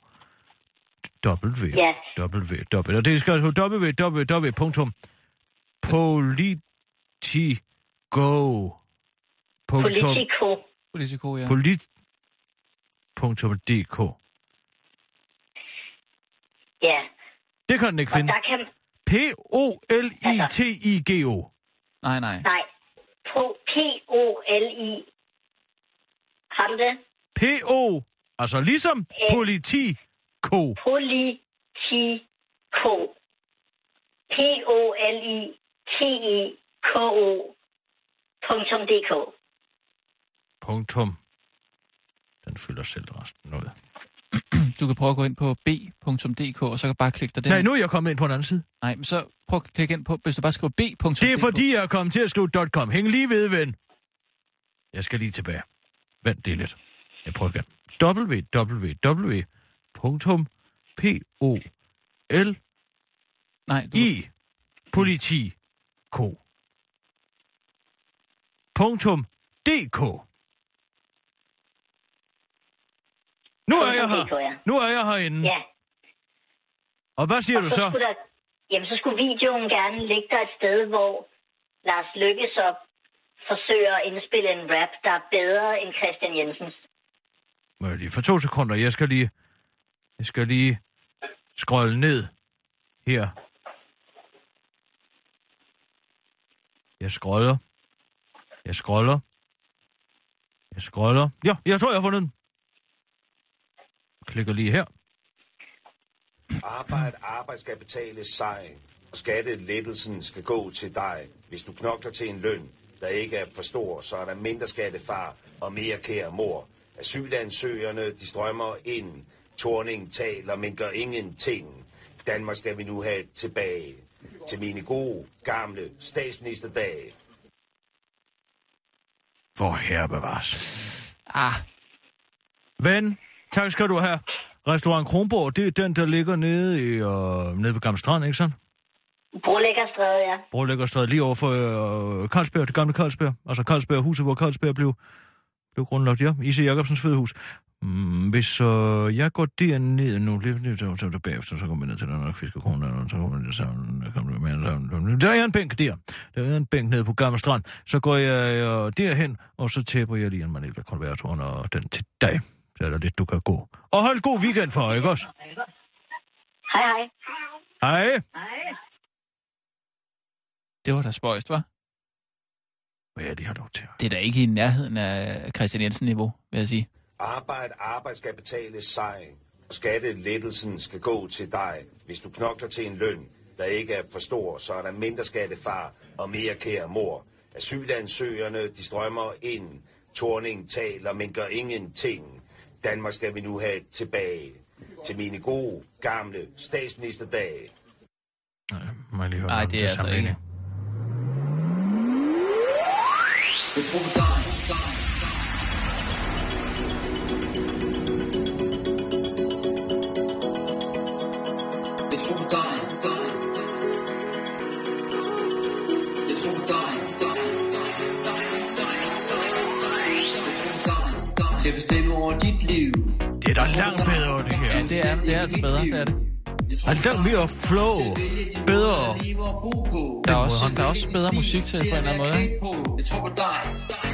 W. Og det skal www.politico. Politico, ja. Polit.dk. Ja. Det kan den ikke finde. Politigo. Nej. Nej. Poli. Har du det? PO. Altså ligesom politiko. Politico. Politiko.dk. Punktum. Den fylder selv resten noget. Du kan prøve at gå ind på b.dk, og så kan bare klikke dig der. Nej, nu er jeg kommet ind på en anden side. Nej, men så prøv at klikke ind på, hvis du bare skriver b.dk. Det er fordi, jeg er kommet til at skrive .com. Hæng lige ved, ven. Jeg skal lige tilbage. Vent, det er lidt. Jeg prøver igen. www.pol. Nej, i politiko. .dk. Nu er jeg her. Nu er jeg herinde. Ja. Og hvad siger du så? Jamen, så skulle videoen gerne ligge der et sted, hvor Lars Løkke så forsøger at indspille en rap, der er bedre end Christian Jensens. Må jeg lige for 2 sekunder. Jeg skal lige scrolle ned her. Jeg scroller. Ja, jeg tror, jeg har fundet den. Klikker lige her. Arbejde skal betales sig, og skattelettelsen skal gå til dig. Hvis du knokler til en løn, der ikke er for stor, så er der mindre skattefar og mere kære mor. Asylansøgerne, de strømmer ind. Thorning taler, men gør ingenting. Danmark skal vi nu have tilbage til mine gode, gamle statsministerdage. For herre bevares. Ven, tak skal du have. Restaurant Kronborg, det er den, der ligger nede ved Gamle Strand, ikke sådan? Brolæggerstræde, ja. Brolæggerstræde, lige over for Carlsberg, det gamle Carlsberg. Altså Carlsberg, huset, hvor Carlsberg blev grundlagt, ja. I.C. Jacobsens fødehus. Hvis jeg går derned nu, så bagefter, så kommer jeg ned til den fiskekrone, og så kommer jeg sammen. Der er en bænk der. Der er en bænk nede på Gamle Strand. Så går jeg derhen, og så tæpper jeg lige en manila-konvertoren og den til dig. Så er der lidt, du kan gå. Og hold god weekend for, ikke også? Hej. Hej. Det var da spøjst, hva'? Hvad er det, har lov til? Det er da ikke i nærheden af Christian Jensen-niveau, vil jeg sige. Arbejde skal betales sig, og skattelettelsen skal gå til dig. Hvis du knokler til en løn, der ikke er for stor, så er der mindre skattefar og mere kære mor. Asylansøgerne, de strømmer ind. Thorning taler, men gør ingenting. Danmark skal vi nu have tilbage til mine gode, gamle statsministerdage. Nej, det er altså ikke. Til at bestemme over dit liv. Det er da langt bedre, det her. Ja, det er altså bedre, det er det. Og langt mere flow. Bedre. Der er også bedre musik til på en eller anden måde. Jeg tror på dig.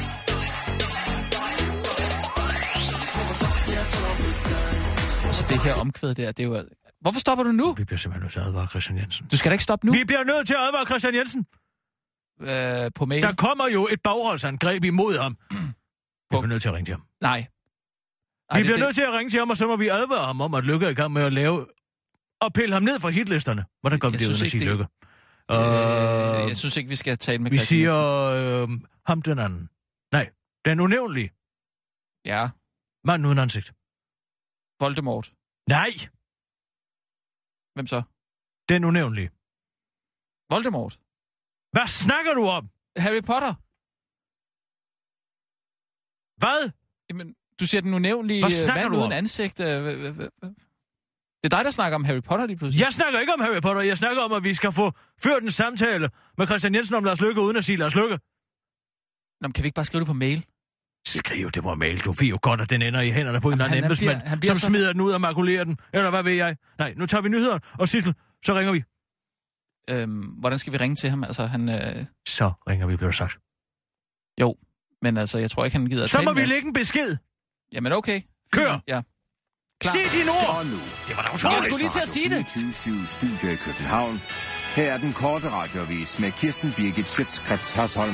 Og så det her omkvæd der, det er jo... Hvorfor stopper du nu? Vi bliver simpelthen nødt til at advare Christian Jensen. Du skal da ikke stoppe nu? Vi bliver nødt til at advare Christian Jensen. På mail? Der kommer jo et bagholdsangreb imod ham. Vi bliver nødt til at ringe til ham. Nej. Vi bliver nødt til at ringe til ham, og så må vi advare ham om, at Lykke er i gang med at lave... og pille ham ned fra hitlisterne. Hvordan gør vi det uden at sige Lykke? Jeg synes ikke, vi skal tale med Christian Jensen. Vi siger ham den anden. Nej, den unævnlige. Ja. Manden uden ansigt. Voldemort. Nej. Hvem så? Den unævnlige. Voldemort. Hvad snakker du om? Harry Potter. Hvad? Jamen, du siger den unævnlige mand uden ansigt. Det er dig, der snakker om Harry Potter lige pludselig. Jeg snakker ikke om Harry Potter. Jeg snakker om, at vi skal få ført en samtale med Christian Jensen om Lars Løkke, uden at sige Lars Løkke. Nå, men kan vi ikke bare skrive det på mail? Skriv det på mail. Du ved jo godt, at den ender i hænderne på en eller anden embedsmand, som smider den ud og makulerer den. Eller hvad ved jeg? Nej, nu tager vi nyhederne. Og Sissel, så ringer vi. Hvordan skal vi ringe til ham? Altså, Så ringer vi, bliver sagt. Jo, Men altså, jeg tror ikke, han gider at Så tale må vi med os. lægge en besked. Jamen okay. Kør! Ja. Klar. Sig dine ord! Og nu. Det var da Jeg utroligt. skulle lige til at sige det. 24/7 Studio i København. Her er den korte radioavis med Kirsten Birgit Schøtzgrads Hasholm.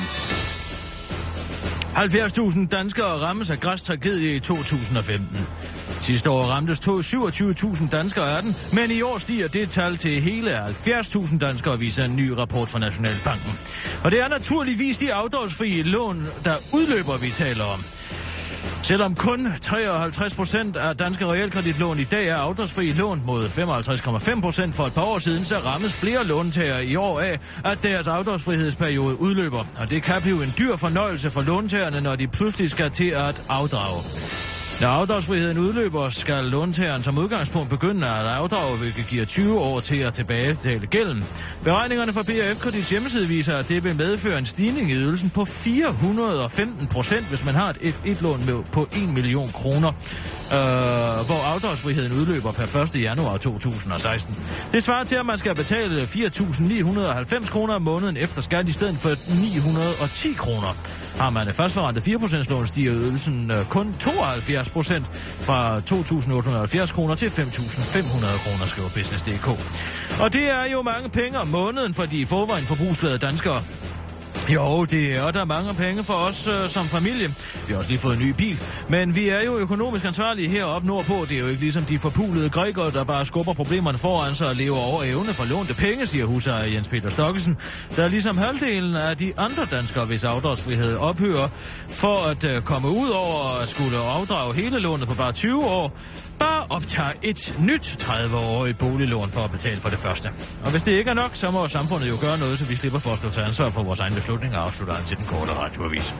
70.000 danskere rammes af græstragedie i 2015. Sidste år ramtes 27.000 danskere af den, men i år stiger det tal til hele 70.000 danskere, viser en ny rapport fra Nationalbanken. Og det er naturligvis de afdragsfrie lån, der udløber, vi taler om. Selvom kun 53% af danske realkreditlån i dag er afdragsfrie lån mod 55,5% for et par år siden, så rammes flere låntagere i år af, at deres afdragsfrihedsperiode udløber. Og det kan blive en dyr fornøjelse for låntagerne, når de pludselig skal til at afdrage. Når afdragsfriheden udløber, skal låntageren som udgangspunkt begynde at afdrage, hvilket giver 20 år til at tilbagebetale gælden. Beregningerne fra BRF Kredits hjemmeside viser, at det vil medføre en stigning i ydelsen på 415%, hvis man har et F1-lån på 1 million kroner, hvor afdragsfriheden udløber per 1. januar 2016. Det svarer til, at man skal betale 4.990 kroner om måneden efter skat i stedet for 910 kroner. Har man et fastforrentet 4% lån, stiger ydelsen kun 72% fra 2.870 kroner til 5.500 kroner, skriver Business.dk. Og det er jo mange penge om måneden for de i forvejen forbrugsglade danskere. Jo, det er der mange penge for os som familie. Vi har også lige fået en ny bil. Men vi er jo økonomisk ansvarlige heroppe nordpå. Det er jo ikke ligesom de forpulede grækere, der bare skubber problemerne foran sig og lever over evne for lånte penge, siger husejer Jens Peter Stokkesen. Der er ligesom halvdelen af de andre danskere, hvis afdragsfrihed ophører, for at komme ud over at skulle afdrage hele lånet på bare 20 år, bare optager et nyt 30-årigt boliglån for at betale for det første. Og hvis det ikke er nok, så må samfundet jo gøre noget, så vi slipper for at stå til ansvar for vores egen beslutninger, afslutter han til den korte radioavis.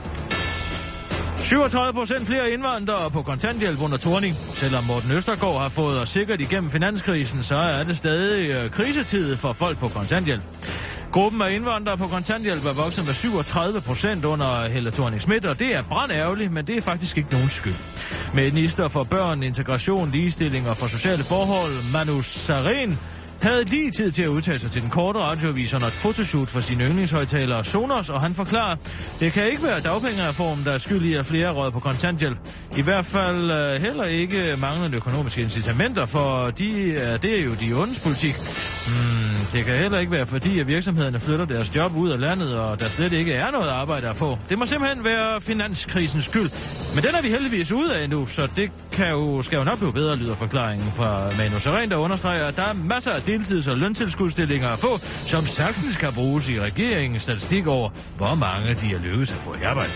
37% flere indvandrere på kontanthjælp under Thorning. Selvom Morten Østergaard har fået os sikkert igennem finanskrisen, så er det stadig krisetid for folk på kontanthjælp. Gruppen af indvandrere på kontanthjælp er vokset med 37% under Helle Thorning-Schmidt, og det er brandærgerligt, men det er faktisk ikke nogen skyld. Minister for børn, integration, ligestilling og for sociale forhold, Manu Sareen, havde lige tid til at udtale sig til den korte radioavis under et fotoshoot for sine yndlingshøjtalere Sonos, og han forklarer, det kan ikke være dagpengereformen, der er skyld i, at flere rød på kontanthjælp. I hvert fald heller ikke manglende økonomiske incitamenter, for det er jo de ondes politik. Det kan heller ikke være fordi, at virksomhederne flytter deres job ud af landet, og der slet ikke er noget arbejde at få. Det må simpelthen være finanskrisens skyld. Men den er vi heldigvis ude af nu, så det skal jo nok blive bedre, lyder forklaringen fra Manu Sareen, der understreger, at der er masser af deltids- og løntilskudsstillinger at få, som sagtens kan bruges i regeringens statistik over, hvor mange de er lykkedes at få i arbejde.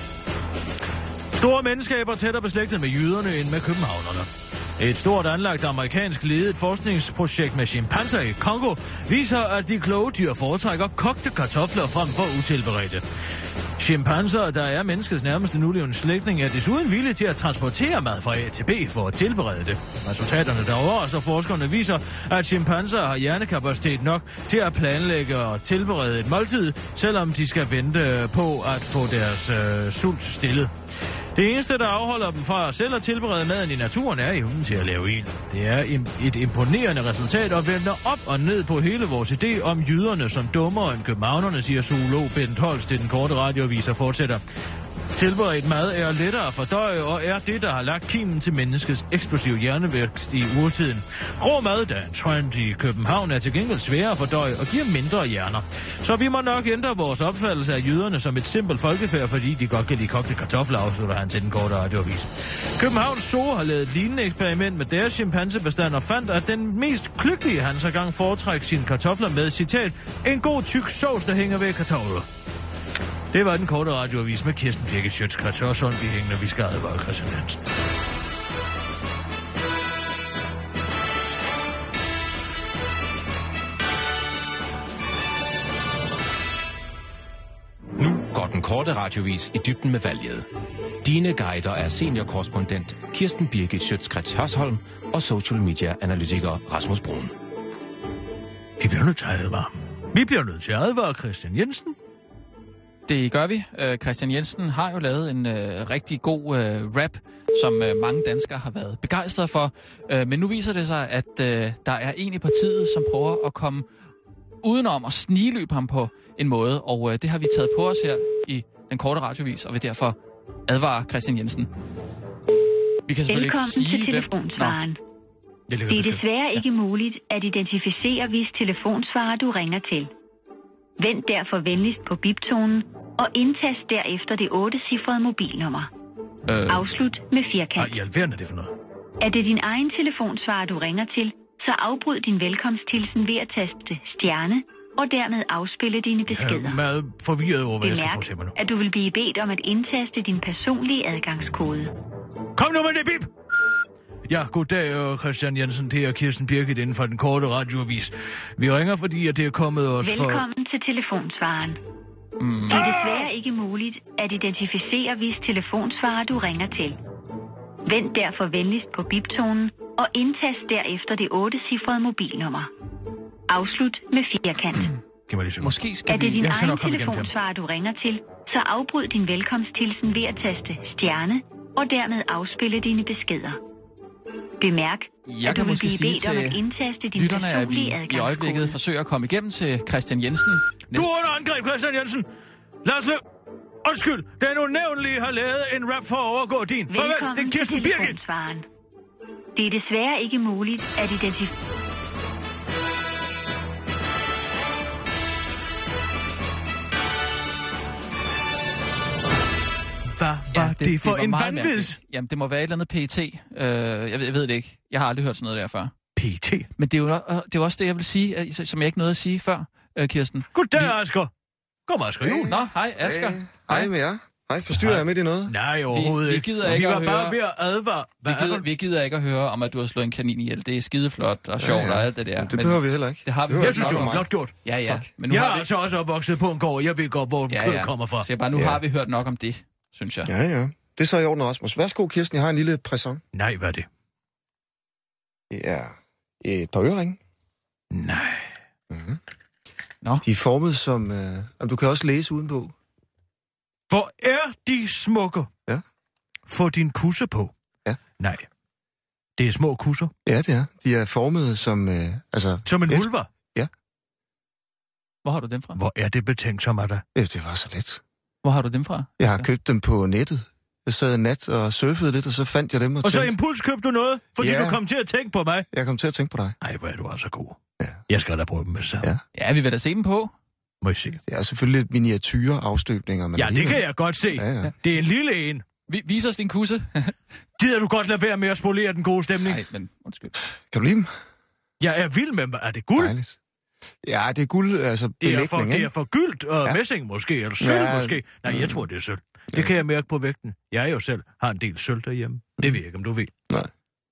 Store menneskeskaber tættere beslægtet med jyderne end med københavnerne. Et stort anlagt amerikansk ledet forskningsprojekt med chimpanser i Kongo viser, at de kloge dyr foretrækker kogte kartofler frem for utilberedte. Chimpanser, der er menneskets nærmeste nulevende slægtning, er desuden villige til at transportere mad fra A til B for at tilberede det. Resultaterne derovre, så forskerne viser, at chimpanser har hjernekapacitet nok til at planlægge og tilberede et måltid, selvom de skal vente på at få deres sult stillet. Det eneste, der afholder dem fra selv at tilberede maden i naturen, er evnen til at lave ild. Det er et imponerende resultat og vender op og ned på hele vores idé om jyderne som dummere end københavnerne, siger zoolog Bent Holst til den korte radioavis og fortsætter. Tilberedt mad er lettere at fordøje og er det, der har lagt kimen til menneskets eksplosive hjernevækst i urtiden. Rå mad, der er en trend i København, er til gengæld sværere at fordøje og giver mindre hjerner. Så vi må nok ændre vores opfattelse af jyderne som et simpelt folkefærd, fordi de godt kan lide kogte kartofler, afslutter han til den korte radioavis. Københavns Zoo har lavet et lignende eksperiment med deres chimpansebestand og fandt, at den mest kløgtige hans gang foretrækker sine kartofler med, citat, en god tyk sovs, der hænger ved kartofler. Det var den korte radioavis med Kirsten Birgit Schøtzgrads Hasholm i hængende, vi skal advare Christian Hansen. Nu går den korte radioavis i dybden med valget. Dine guider er seniorkorrespondent Kirsten Birgit Schøtzgrads Hasholm og social media-analytiker Rasmus Brun. Vi bliver nødt til at advare. Vi bliver nødt til at advare Christian Jensen. Det gør vi. Christian Jensen har jo lavet en rigtig god rap, som mange danskere har været begejstrede for. Men nu viser det sig, at der er en i partiet, som prøver at komme udenom og snigløbe ham på en måde. Og det har vi taget på os her i den korte radiovis, og vil derfor advare Christian Jensen. Vi kan selvfølgelig Velkommen ikke sige, til telefonsvaren. Det er desværre ikke muligt at identificere, hvis telefonsvarer du ringer til. Vend derfor venligst på biptonen og indtast derefter det 8-cifrede mobilnummer. Afslut med firkant. I alverden er det for noget? Er det din egen telefonsvarer, du ringer til, så afbryd din velkomsthilsen ved at taste stjerne og dermed afspille dine beskeder. Jeg er meget forvirret over, hvad jeg skal få til mig nu. At du vil blive bedt om at indtaste din personlige adgangskode. Kom nu med det, bip! Ja, goddag, Christian Jensen. Det er Kirsten Birgit inden for den korte radioavis. Vi ringer, fordi at det er kommet os for... Velkommen til telefonsvaren. Det er desværre ikke muligt at identificere, hvis telefonsvarer du ringer til. Vend derfor venligst på biptonen og indtast derefter det 8-cifrede mobilnummer. Afslut med firkant. Måske skal er det din egen telefonsvarer, du ringer til, så afbryd din velkomsthilsen ved at taste stjerne og dermed afspille dine beskeder. Bemærk, at du vil blive bedt om at indtaste din personlige adgangskode. I øjeblikket forsøger at komme igennem til Christian Jensen. Du er under angreb, Christian Jensen! Lad os løbe! Undskyld, den unævnlige har lavet en rap for at overgå din. Farvel, det er Kirsten Birgit! Det er desværre ikke muligt at identificere... Hvad var det for en vanvids? Jamen, det må være et eller andet PET. Jeg ved det ikke. Jeg har aldrig hørt sådan noget der før. PET? Men det er jo også det, jeg vil sige, som jeg ikke nåede at sige før, Kirsten. Goddag, Asger. Kom, Asger Juhl. Nå, hej, Asger. Hej med jer. Hej, forstyrrer jeg midt i noget? Nej, overhovedet ikke. Vi gider ikke at høre... bare ved at advare. Vi gider ikke at høre om, at du har slået en kanin ihjel. Det er skideflot og sjovt og alt det der. Det behøver vi heller ikke. Det har vi. Jeg synes, det var flot gjort. Ja. Men jeg er altså også opvokset på en gård. Jeg ved godt, hvor kød kommer fra. Så bare, nu har vi hørt nok om det, synes jeg. Ja. Det er så i orden, Rasmus. Værsgo, Kirsten. Jeg har en lille præsent. Nej, hvad er det? Ja, et par øreringe. Nej. Mm-hmm. Nå. De er formet som... du kan også læse udenpå. Hvor er de smukke? Ja. Få din kusse på. Ja. Nej. Det er små kusser. Ja, det er. De er formet som... som en vulva? Ja. Hvor har du dem fra? Hvor er det betænksomt af dig? Ja, det var så let. Hvor har du dem fra? Jeg har købt dem på nettet. Jeg sad nat og surfede lidt, og så fandt jeg dem og så impuls købte du noget, fordi du kom til at tænke på mig? Jeg kom til at tænke på dig. Ej, hvor er du altså god. Ja. Jeg skal da prøve dem med sig. Ja, vi vil da se dem på. Må I se. Det er selvfølgelig et miniatyre-afstøbninger. Ja, det kan jeg godt se. Ja. Det er en lille en. Vis os din kusse. Gider du godt lade være med at spolere den gode stemning? Nej, men undskyld. Kan du lide dem? Jeg er vild med dem. Er det guld? Dejligt. Ja, det er guld, altså belægning, det er for gyldt og messing måske, eller sølv måske. Nej, jeg tror, det er sølv. Det kan jeg mærke på vægten. Jeg jo selv har en del sølv derhjemme. Det ved jeg ikke, om du ved. Nej.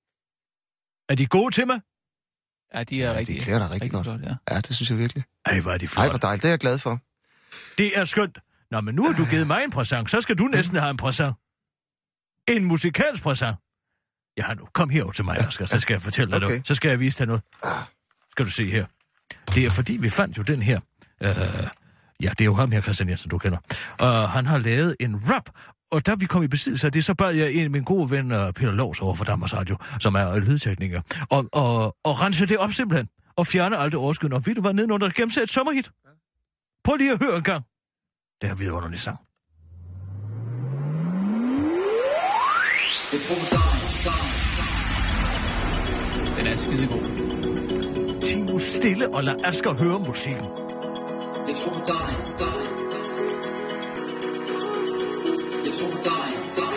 Er de gode til mig? Ja, de er rigtig. Det klæder dig rigtig godt. Ja, det synes jeg virkelig. Ej, hvor er de flot. Ej, hvor dejligt. Det er jeg glad for. Det er skønt. Nå, men nu har du givet mig en præsent, så skal du næsten have en præsent. En musikalsk præsent. Ja, nu. Kom herover til mig, Asger, så skal jeg fortælle dig noget. Så skal jeg vise dig noget. Skal du se her. Det er fordi, vi fandt jo den her. Ja, det er jo ham her, Christian Jensen, du kender. Og han har lavet en rap, og da vi kom i besiddelse af det, så bad jeg en af mine gode venner, Peter Lovs, over for Danmarks Radio, som er lydtekniker, og rense det op simpelthen, og fjerne alt det overskydende. Og ved du hvad, nedenunder gennem sig et sommerhit. Prøv lige at høre en gang. Det er vidunderlig sang. Den er skidegod. Timo stille og lad Asger høre musikken. Jeg tror på dig. Jeg tror på dig.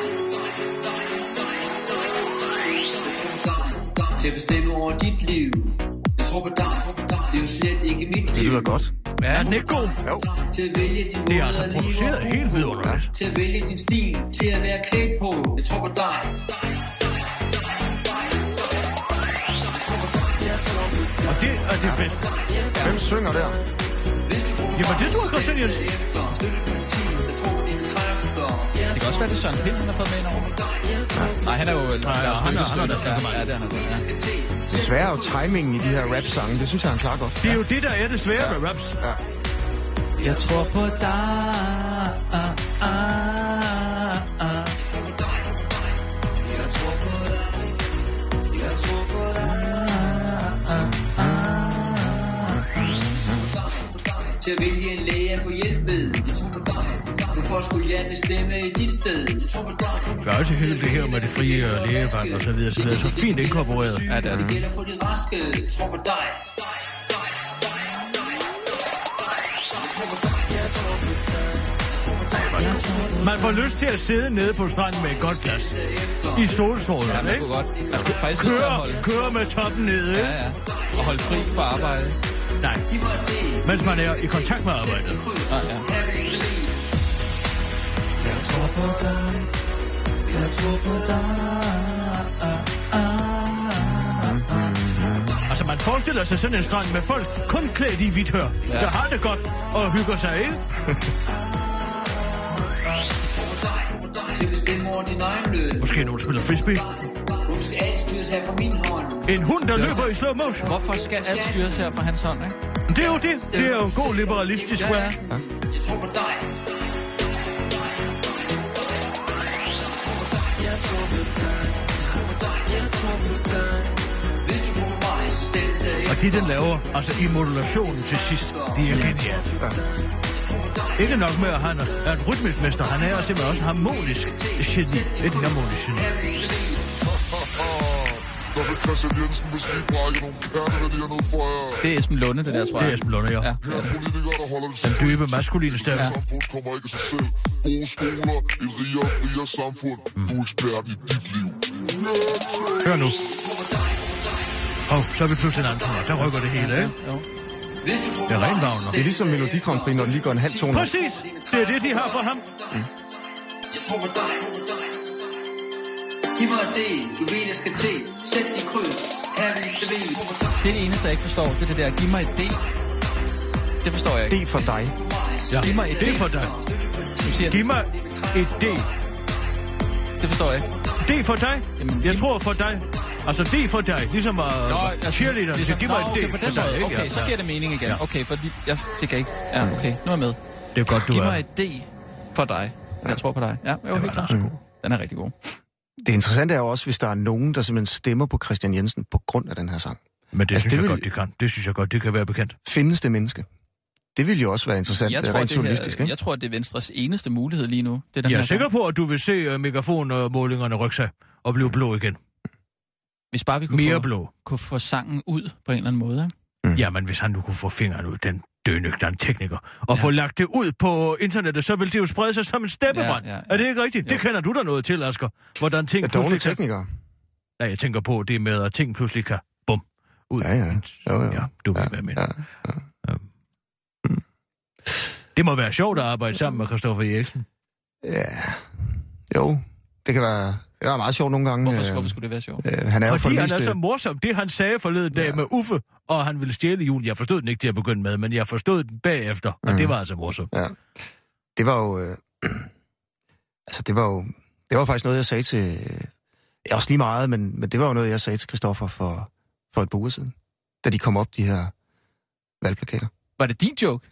Til at bestemme over dit liv. Jeg tror på dig. Det er jo slet ikke mit liv. Det lyder godt. Ja, er den ikke god? Jo. Til at vælge din det er altså produceret helt vidunderligt. Til at vælge din stil. Til at være klædt på. Jeg tror på dig. Og det er det bedste. Hvem synger der? Jamen, det tror jeg Christian Jensen. Det kan også være, det Søren Pind, han har fået med ind over. Nej, han er jo... Han er der snakket meget. Ja, det er han. Det svære er jo timingen i de her rap-sange. Det synes jeg, han klarer godt. Det er jo det, der er det svære med raps. Ja. Jeg tror på dig. til at vælge en læge at få hjælp ved. Jeg tror på dig. Du får sgu hjertelig stemme i dit sted. Jeg tror på dig. Jeg er også helt det her med det frie lægevalg og så videre, så det er så fint inkorporeret. Ja, det er det. Det gælder for de raske. Jeg tror på dig. Man får lyst til at sidde nede på stranden med et godt glas. I solstrålerne, ja, man ikke? Kunne godt. Jeg skulle faktisk lyst til at holde... Køre med toppen nede, ikke? Ja. Og holde fri fra arbejde. Nej. Mens man er i kontakt med arbejdet. Jeg tror på dig. Jeg tror på dig. Altså, man forestiller sig sådan en strand med folk kun klædt i hvidt hør. Ja. Der har det godt og hygger sig, ikke? Måske nogen spiller frisbee. En hund, der løber i slow motion. Hvorfor skal alt styres her fra hans hånd, ikke? Det er jo det. Det er jo en god liberalistisk ja. Jeg tror på dig. Og det, den laver, altså i modulationen til sidst, det er genialt. Ikke nok med, at han er en rytmisk-mester, han er simpelthen også en harmonisk geni. Et harmonisk geni. Det er Esben Lunde, det der, tror jeg. Det er Esben Lunde, ja. Den dybe maskuline stemme. Ja. Kommer ikke af sig selv. Gode skoler, et rigere og friere samfund. Du er ekspert i dit liv. Hør nu. Så er vi pludselig en anden toner. Der rykker det hele, ikke? Jo. Det er renvagner. Det er ligesom Melodi Grand Prix, når den lige går en halv tone. Præcis! Det er det, de har for ham. Jeg tror på dig. Giv mig det, du ved, jeg skal til. Sæt dit kryds. Det er det eneste, jeg ikke forstår. Det er det der, giv mig et D. Det forstår jeg ikke. D for dig. Ja. Giv mig et D. D for dig. Giv mig et D. Det forstår jeg ikke. D for dig? Jamen, jeg tror for dig. Altså D for dig, ligesom cheerleader. Ligesom, giv mig et D for dig. Ikke? Okay, så giver det mening igen. Ja. Okay, fordi det kan ikke... Ja, okay, nu er jeg med. Det er godt, du giv mig et D for dig. Jeg tror på dig. Ja, jo, helt klart. Den er rigtig god. Det interessante er jo også, hvis der er nogen, der simpelthen stemmer på Christian Jensen på grund af den her sang. Men det synes jeg godt, det kan. Det synes jeg godt, det kan være bekendt. Findes det menneske? Det vil jo også være interessant, rent journalistisk, ikke? Jeg tror, det er Venstres eneste mulighed lige nu. Det er jeg er sikker på, at du vil se megafonmålingerne rykke sig og blive blå igen. Hvis bare vi kunne få sangen ud på en eller anden måde, ikke? Jamen, hvis han nu kunne få fingeren ud, den dønøgteren tekniker, og få lagt det ud på internettet, så vil det jo sprede sig som en steppebrand. Ja. Er det ikke rigtigt? Jo. Det kender du da noget til, Asger. Hvordan ting pludselig kan... teknikere. Nej, jeg tænker på det med, at ting pludselig kan ud. Ja. Jo. Ja, du vil være med. Ja. Det må være sjovt at arbejde sammen med Christoffer Eriksen. Ja. Jo, det kan være... Det er meget sjovt nogle gange. Hvorfor skulle det være sjovt? Han er fordi han er så morsom. Det han sagde forleden dag med Uffe, og han ville stjæle julen. Jeg forstod den ikke til at begynde med, men jeg forstod den bagefter, og det var altså morsomt. Ja. Det var jo... det var faktisk noget, jeg sagde til... også lige meget, men det var jo noget, jeg sagde til Christoffer for et par uger siden. Da de kom op, de her valgplakater. Var det din joke?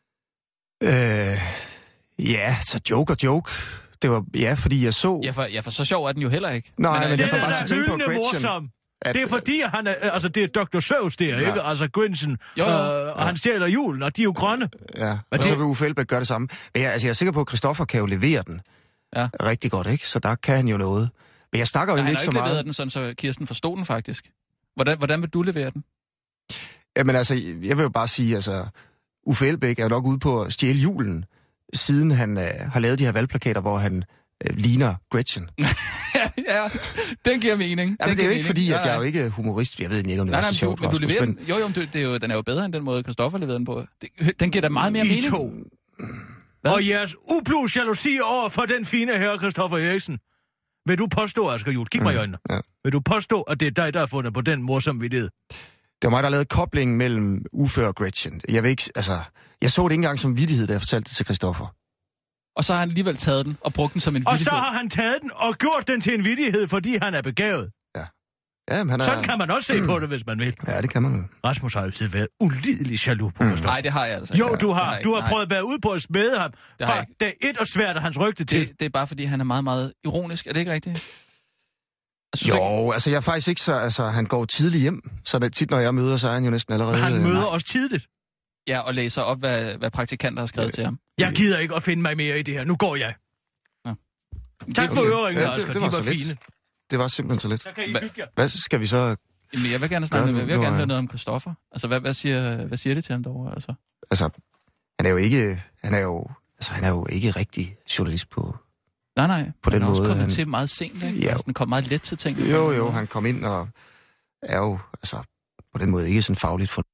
Ja, så joke. Det var, fordi jeg så... Ja, for så sjov er den jo heller ikke. Nej, men det jeg bare til på morsom. Det er fordi, han er, altså det er Dr. Seuss der, ikke? Altså Grinchen, og han stjæler julen, og de er jo grønne. Ja, og så vil Uffe Elbæk gøre det samme. Men jeg er sikker på, at Christoffer kan jo levere den rigtig godt, ikke? Så der kan han jo noget. Men jeg snakker jo ikke så meget... Han har ikke leveret den sådan, så Kirsten forstod den faktisk. Hvordan vil du levere den? Jamen altså, jeg vil jo bare sige, altså... Uffe Elbæk er jo nok ude på at stjæle julen, siden han har lavet de her valgplakater, hvor han ligner Gretchen. Ja, den giver mening. Ja, men det er jo ikke fordi, at jeg er jo ikke humorist. Jeg ved ikke, om det er så sjovt. Men du leverer den. Jo, den er jo bedre end den måde, Christoffer leverede den på. Den giver da meget mere mening. Og jeres ublu jalousi over for den fine herre, Christoffer Eriksen. Vil du påstå, Asger Juhl? Kig mig i øjnene. Ja. Vil du påstå, at det er dig, der har fundet på den morsomme vidighed? Det var mig, der lavede koblingen mellem Uffe og Gretchen. Jeg ved ikke, altså... Jeg så det ikke engang som vittighed, da jeg fortalte det til Christoffer. Og så har han alligevel taget den og brugt den som en vittighed. Og så har han taget den og gjort den til en vittighed, fordi han er begavet. Ja, men sådan kan man også se på det, hvis man vil. Ja, det kan man. Rasmus har altid været ulidelig jaloux på Christoffer. Nej, det har jeg altså. Jo, du har. Du har prøvet at være ude på at smede ham. Fra dag 1 og svært hans rygte til. Det er bare, fordi han er meget, meget ironisk. Er det ikke rigtigt? Altså jeg er faktisk ikke så... Altså, han går tidligt hjem. Så det tit, når jeg møder, så er han jo næsten allerede... Men han møder os tidligt. Ja, og læser op, hvad praktikanter har skrevet til ham. Jeg gider ikke at finde mig mere i det her. Nu går jeg. Ja. Tak for øringen, Asger. De var fine. Det var simpelthen så lidt. Så kan I hygge jer. Hvad skal vi så... Jamen, jeg vil gerne snakke med, høre noget om Christoffer. Altså, hvad siger det til ham derovre? Altså, han er jo ikke rigtig journalist på... Nej. På den måde. Han er også kommet til meget sent, ikke? Ja. Han kom meget let til ting. Jo, han kom ind og er jo, på den måde ikke sådan fagligt for...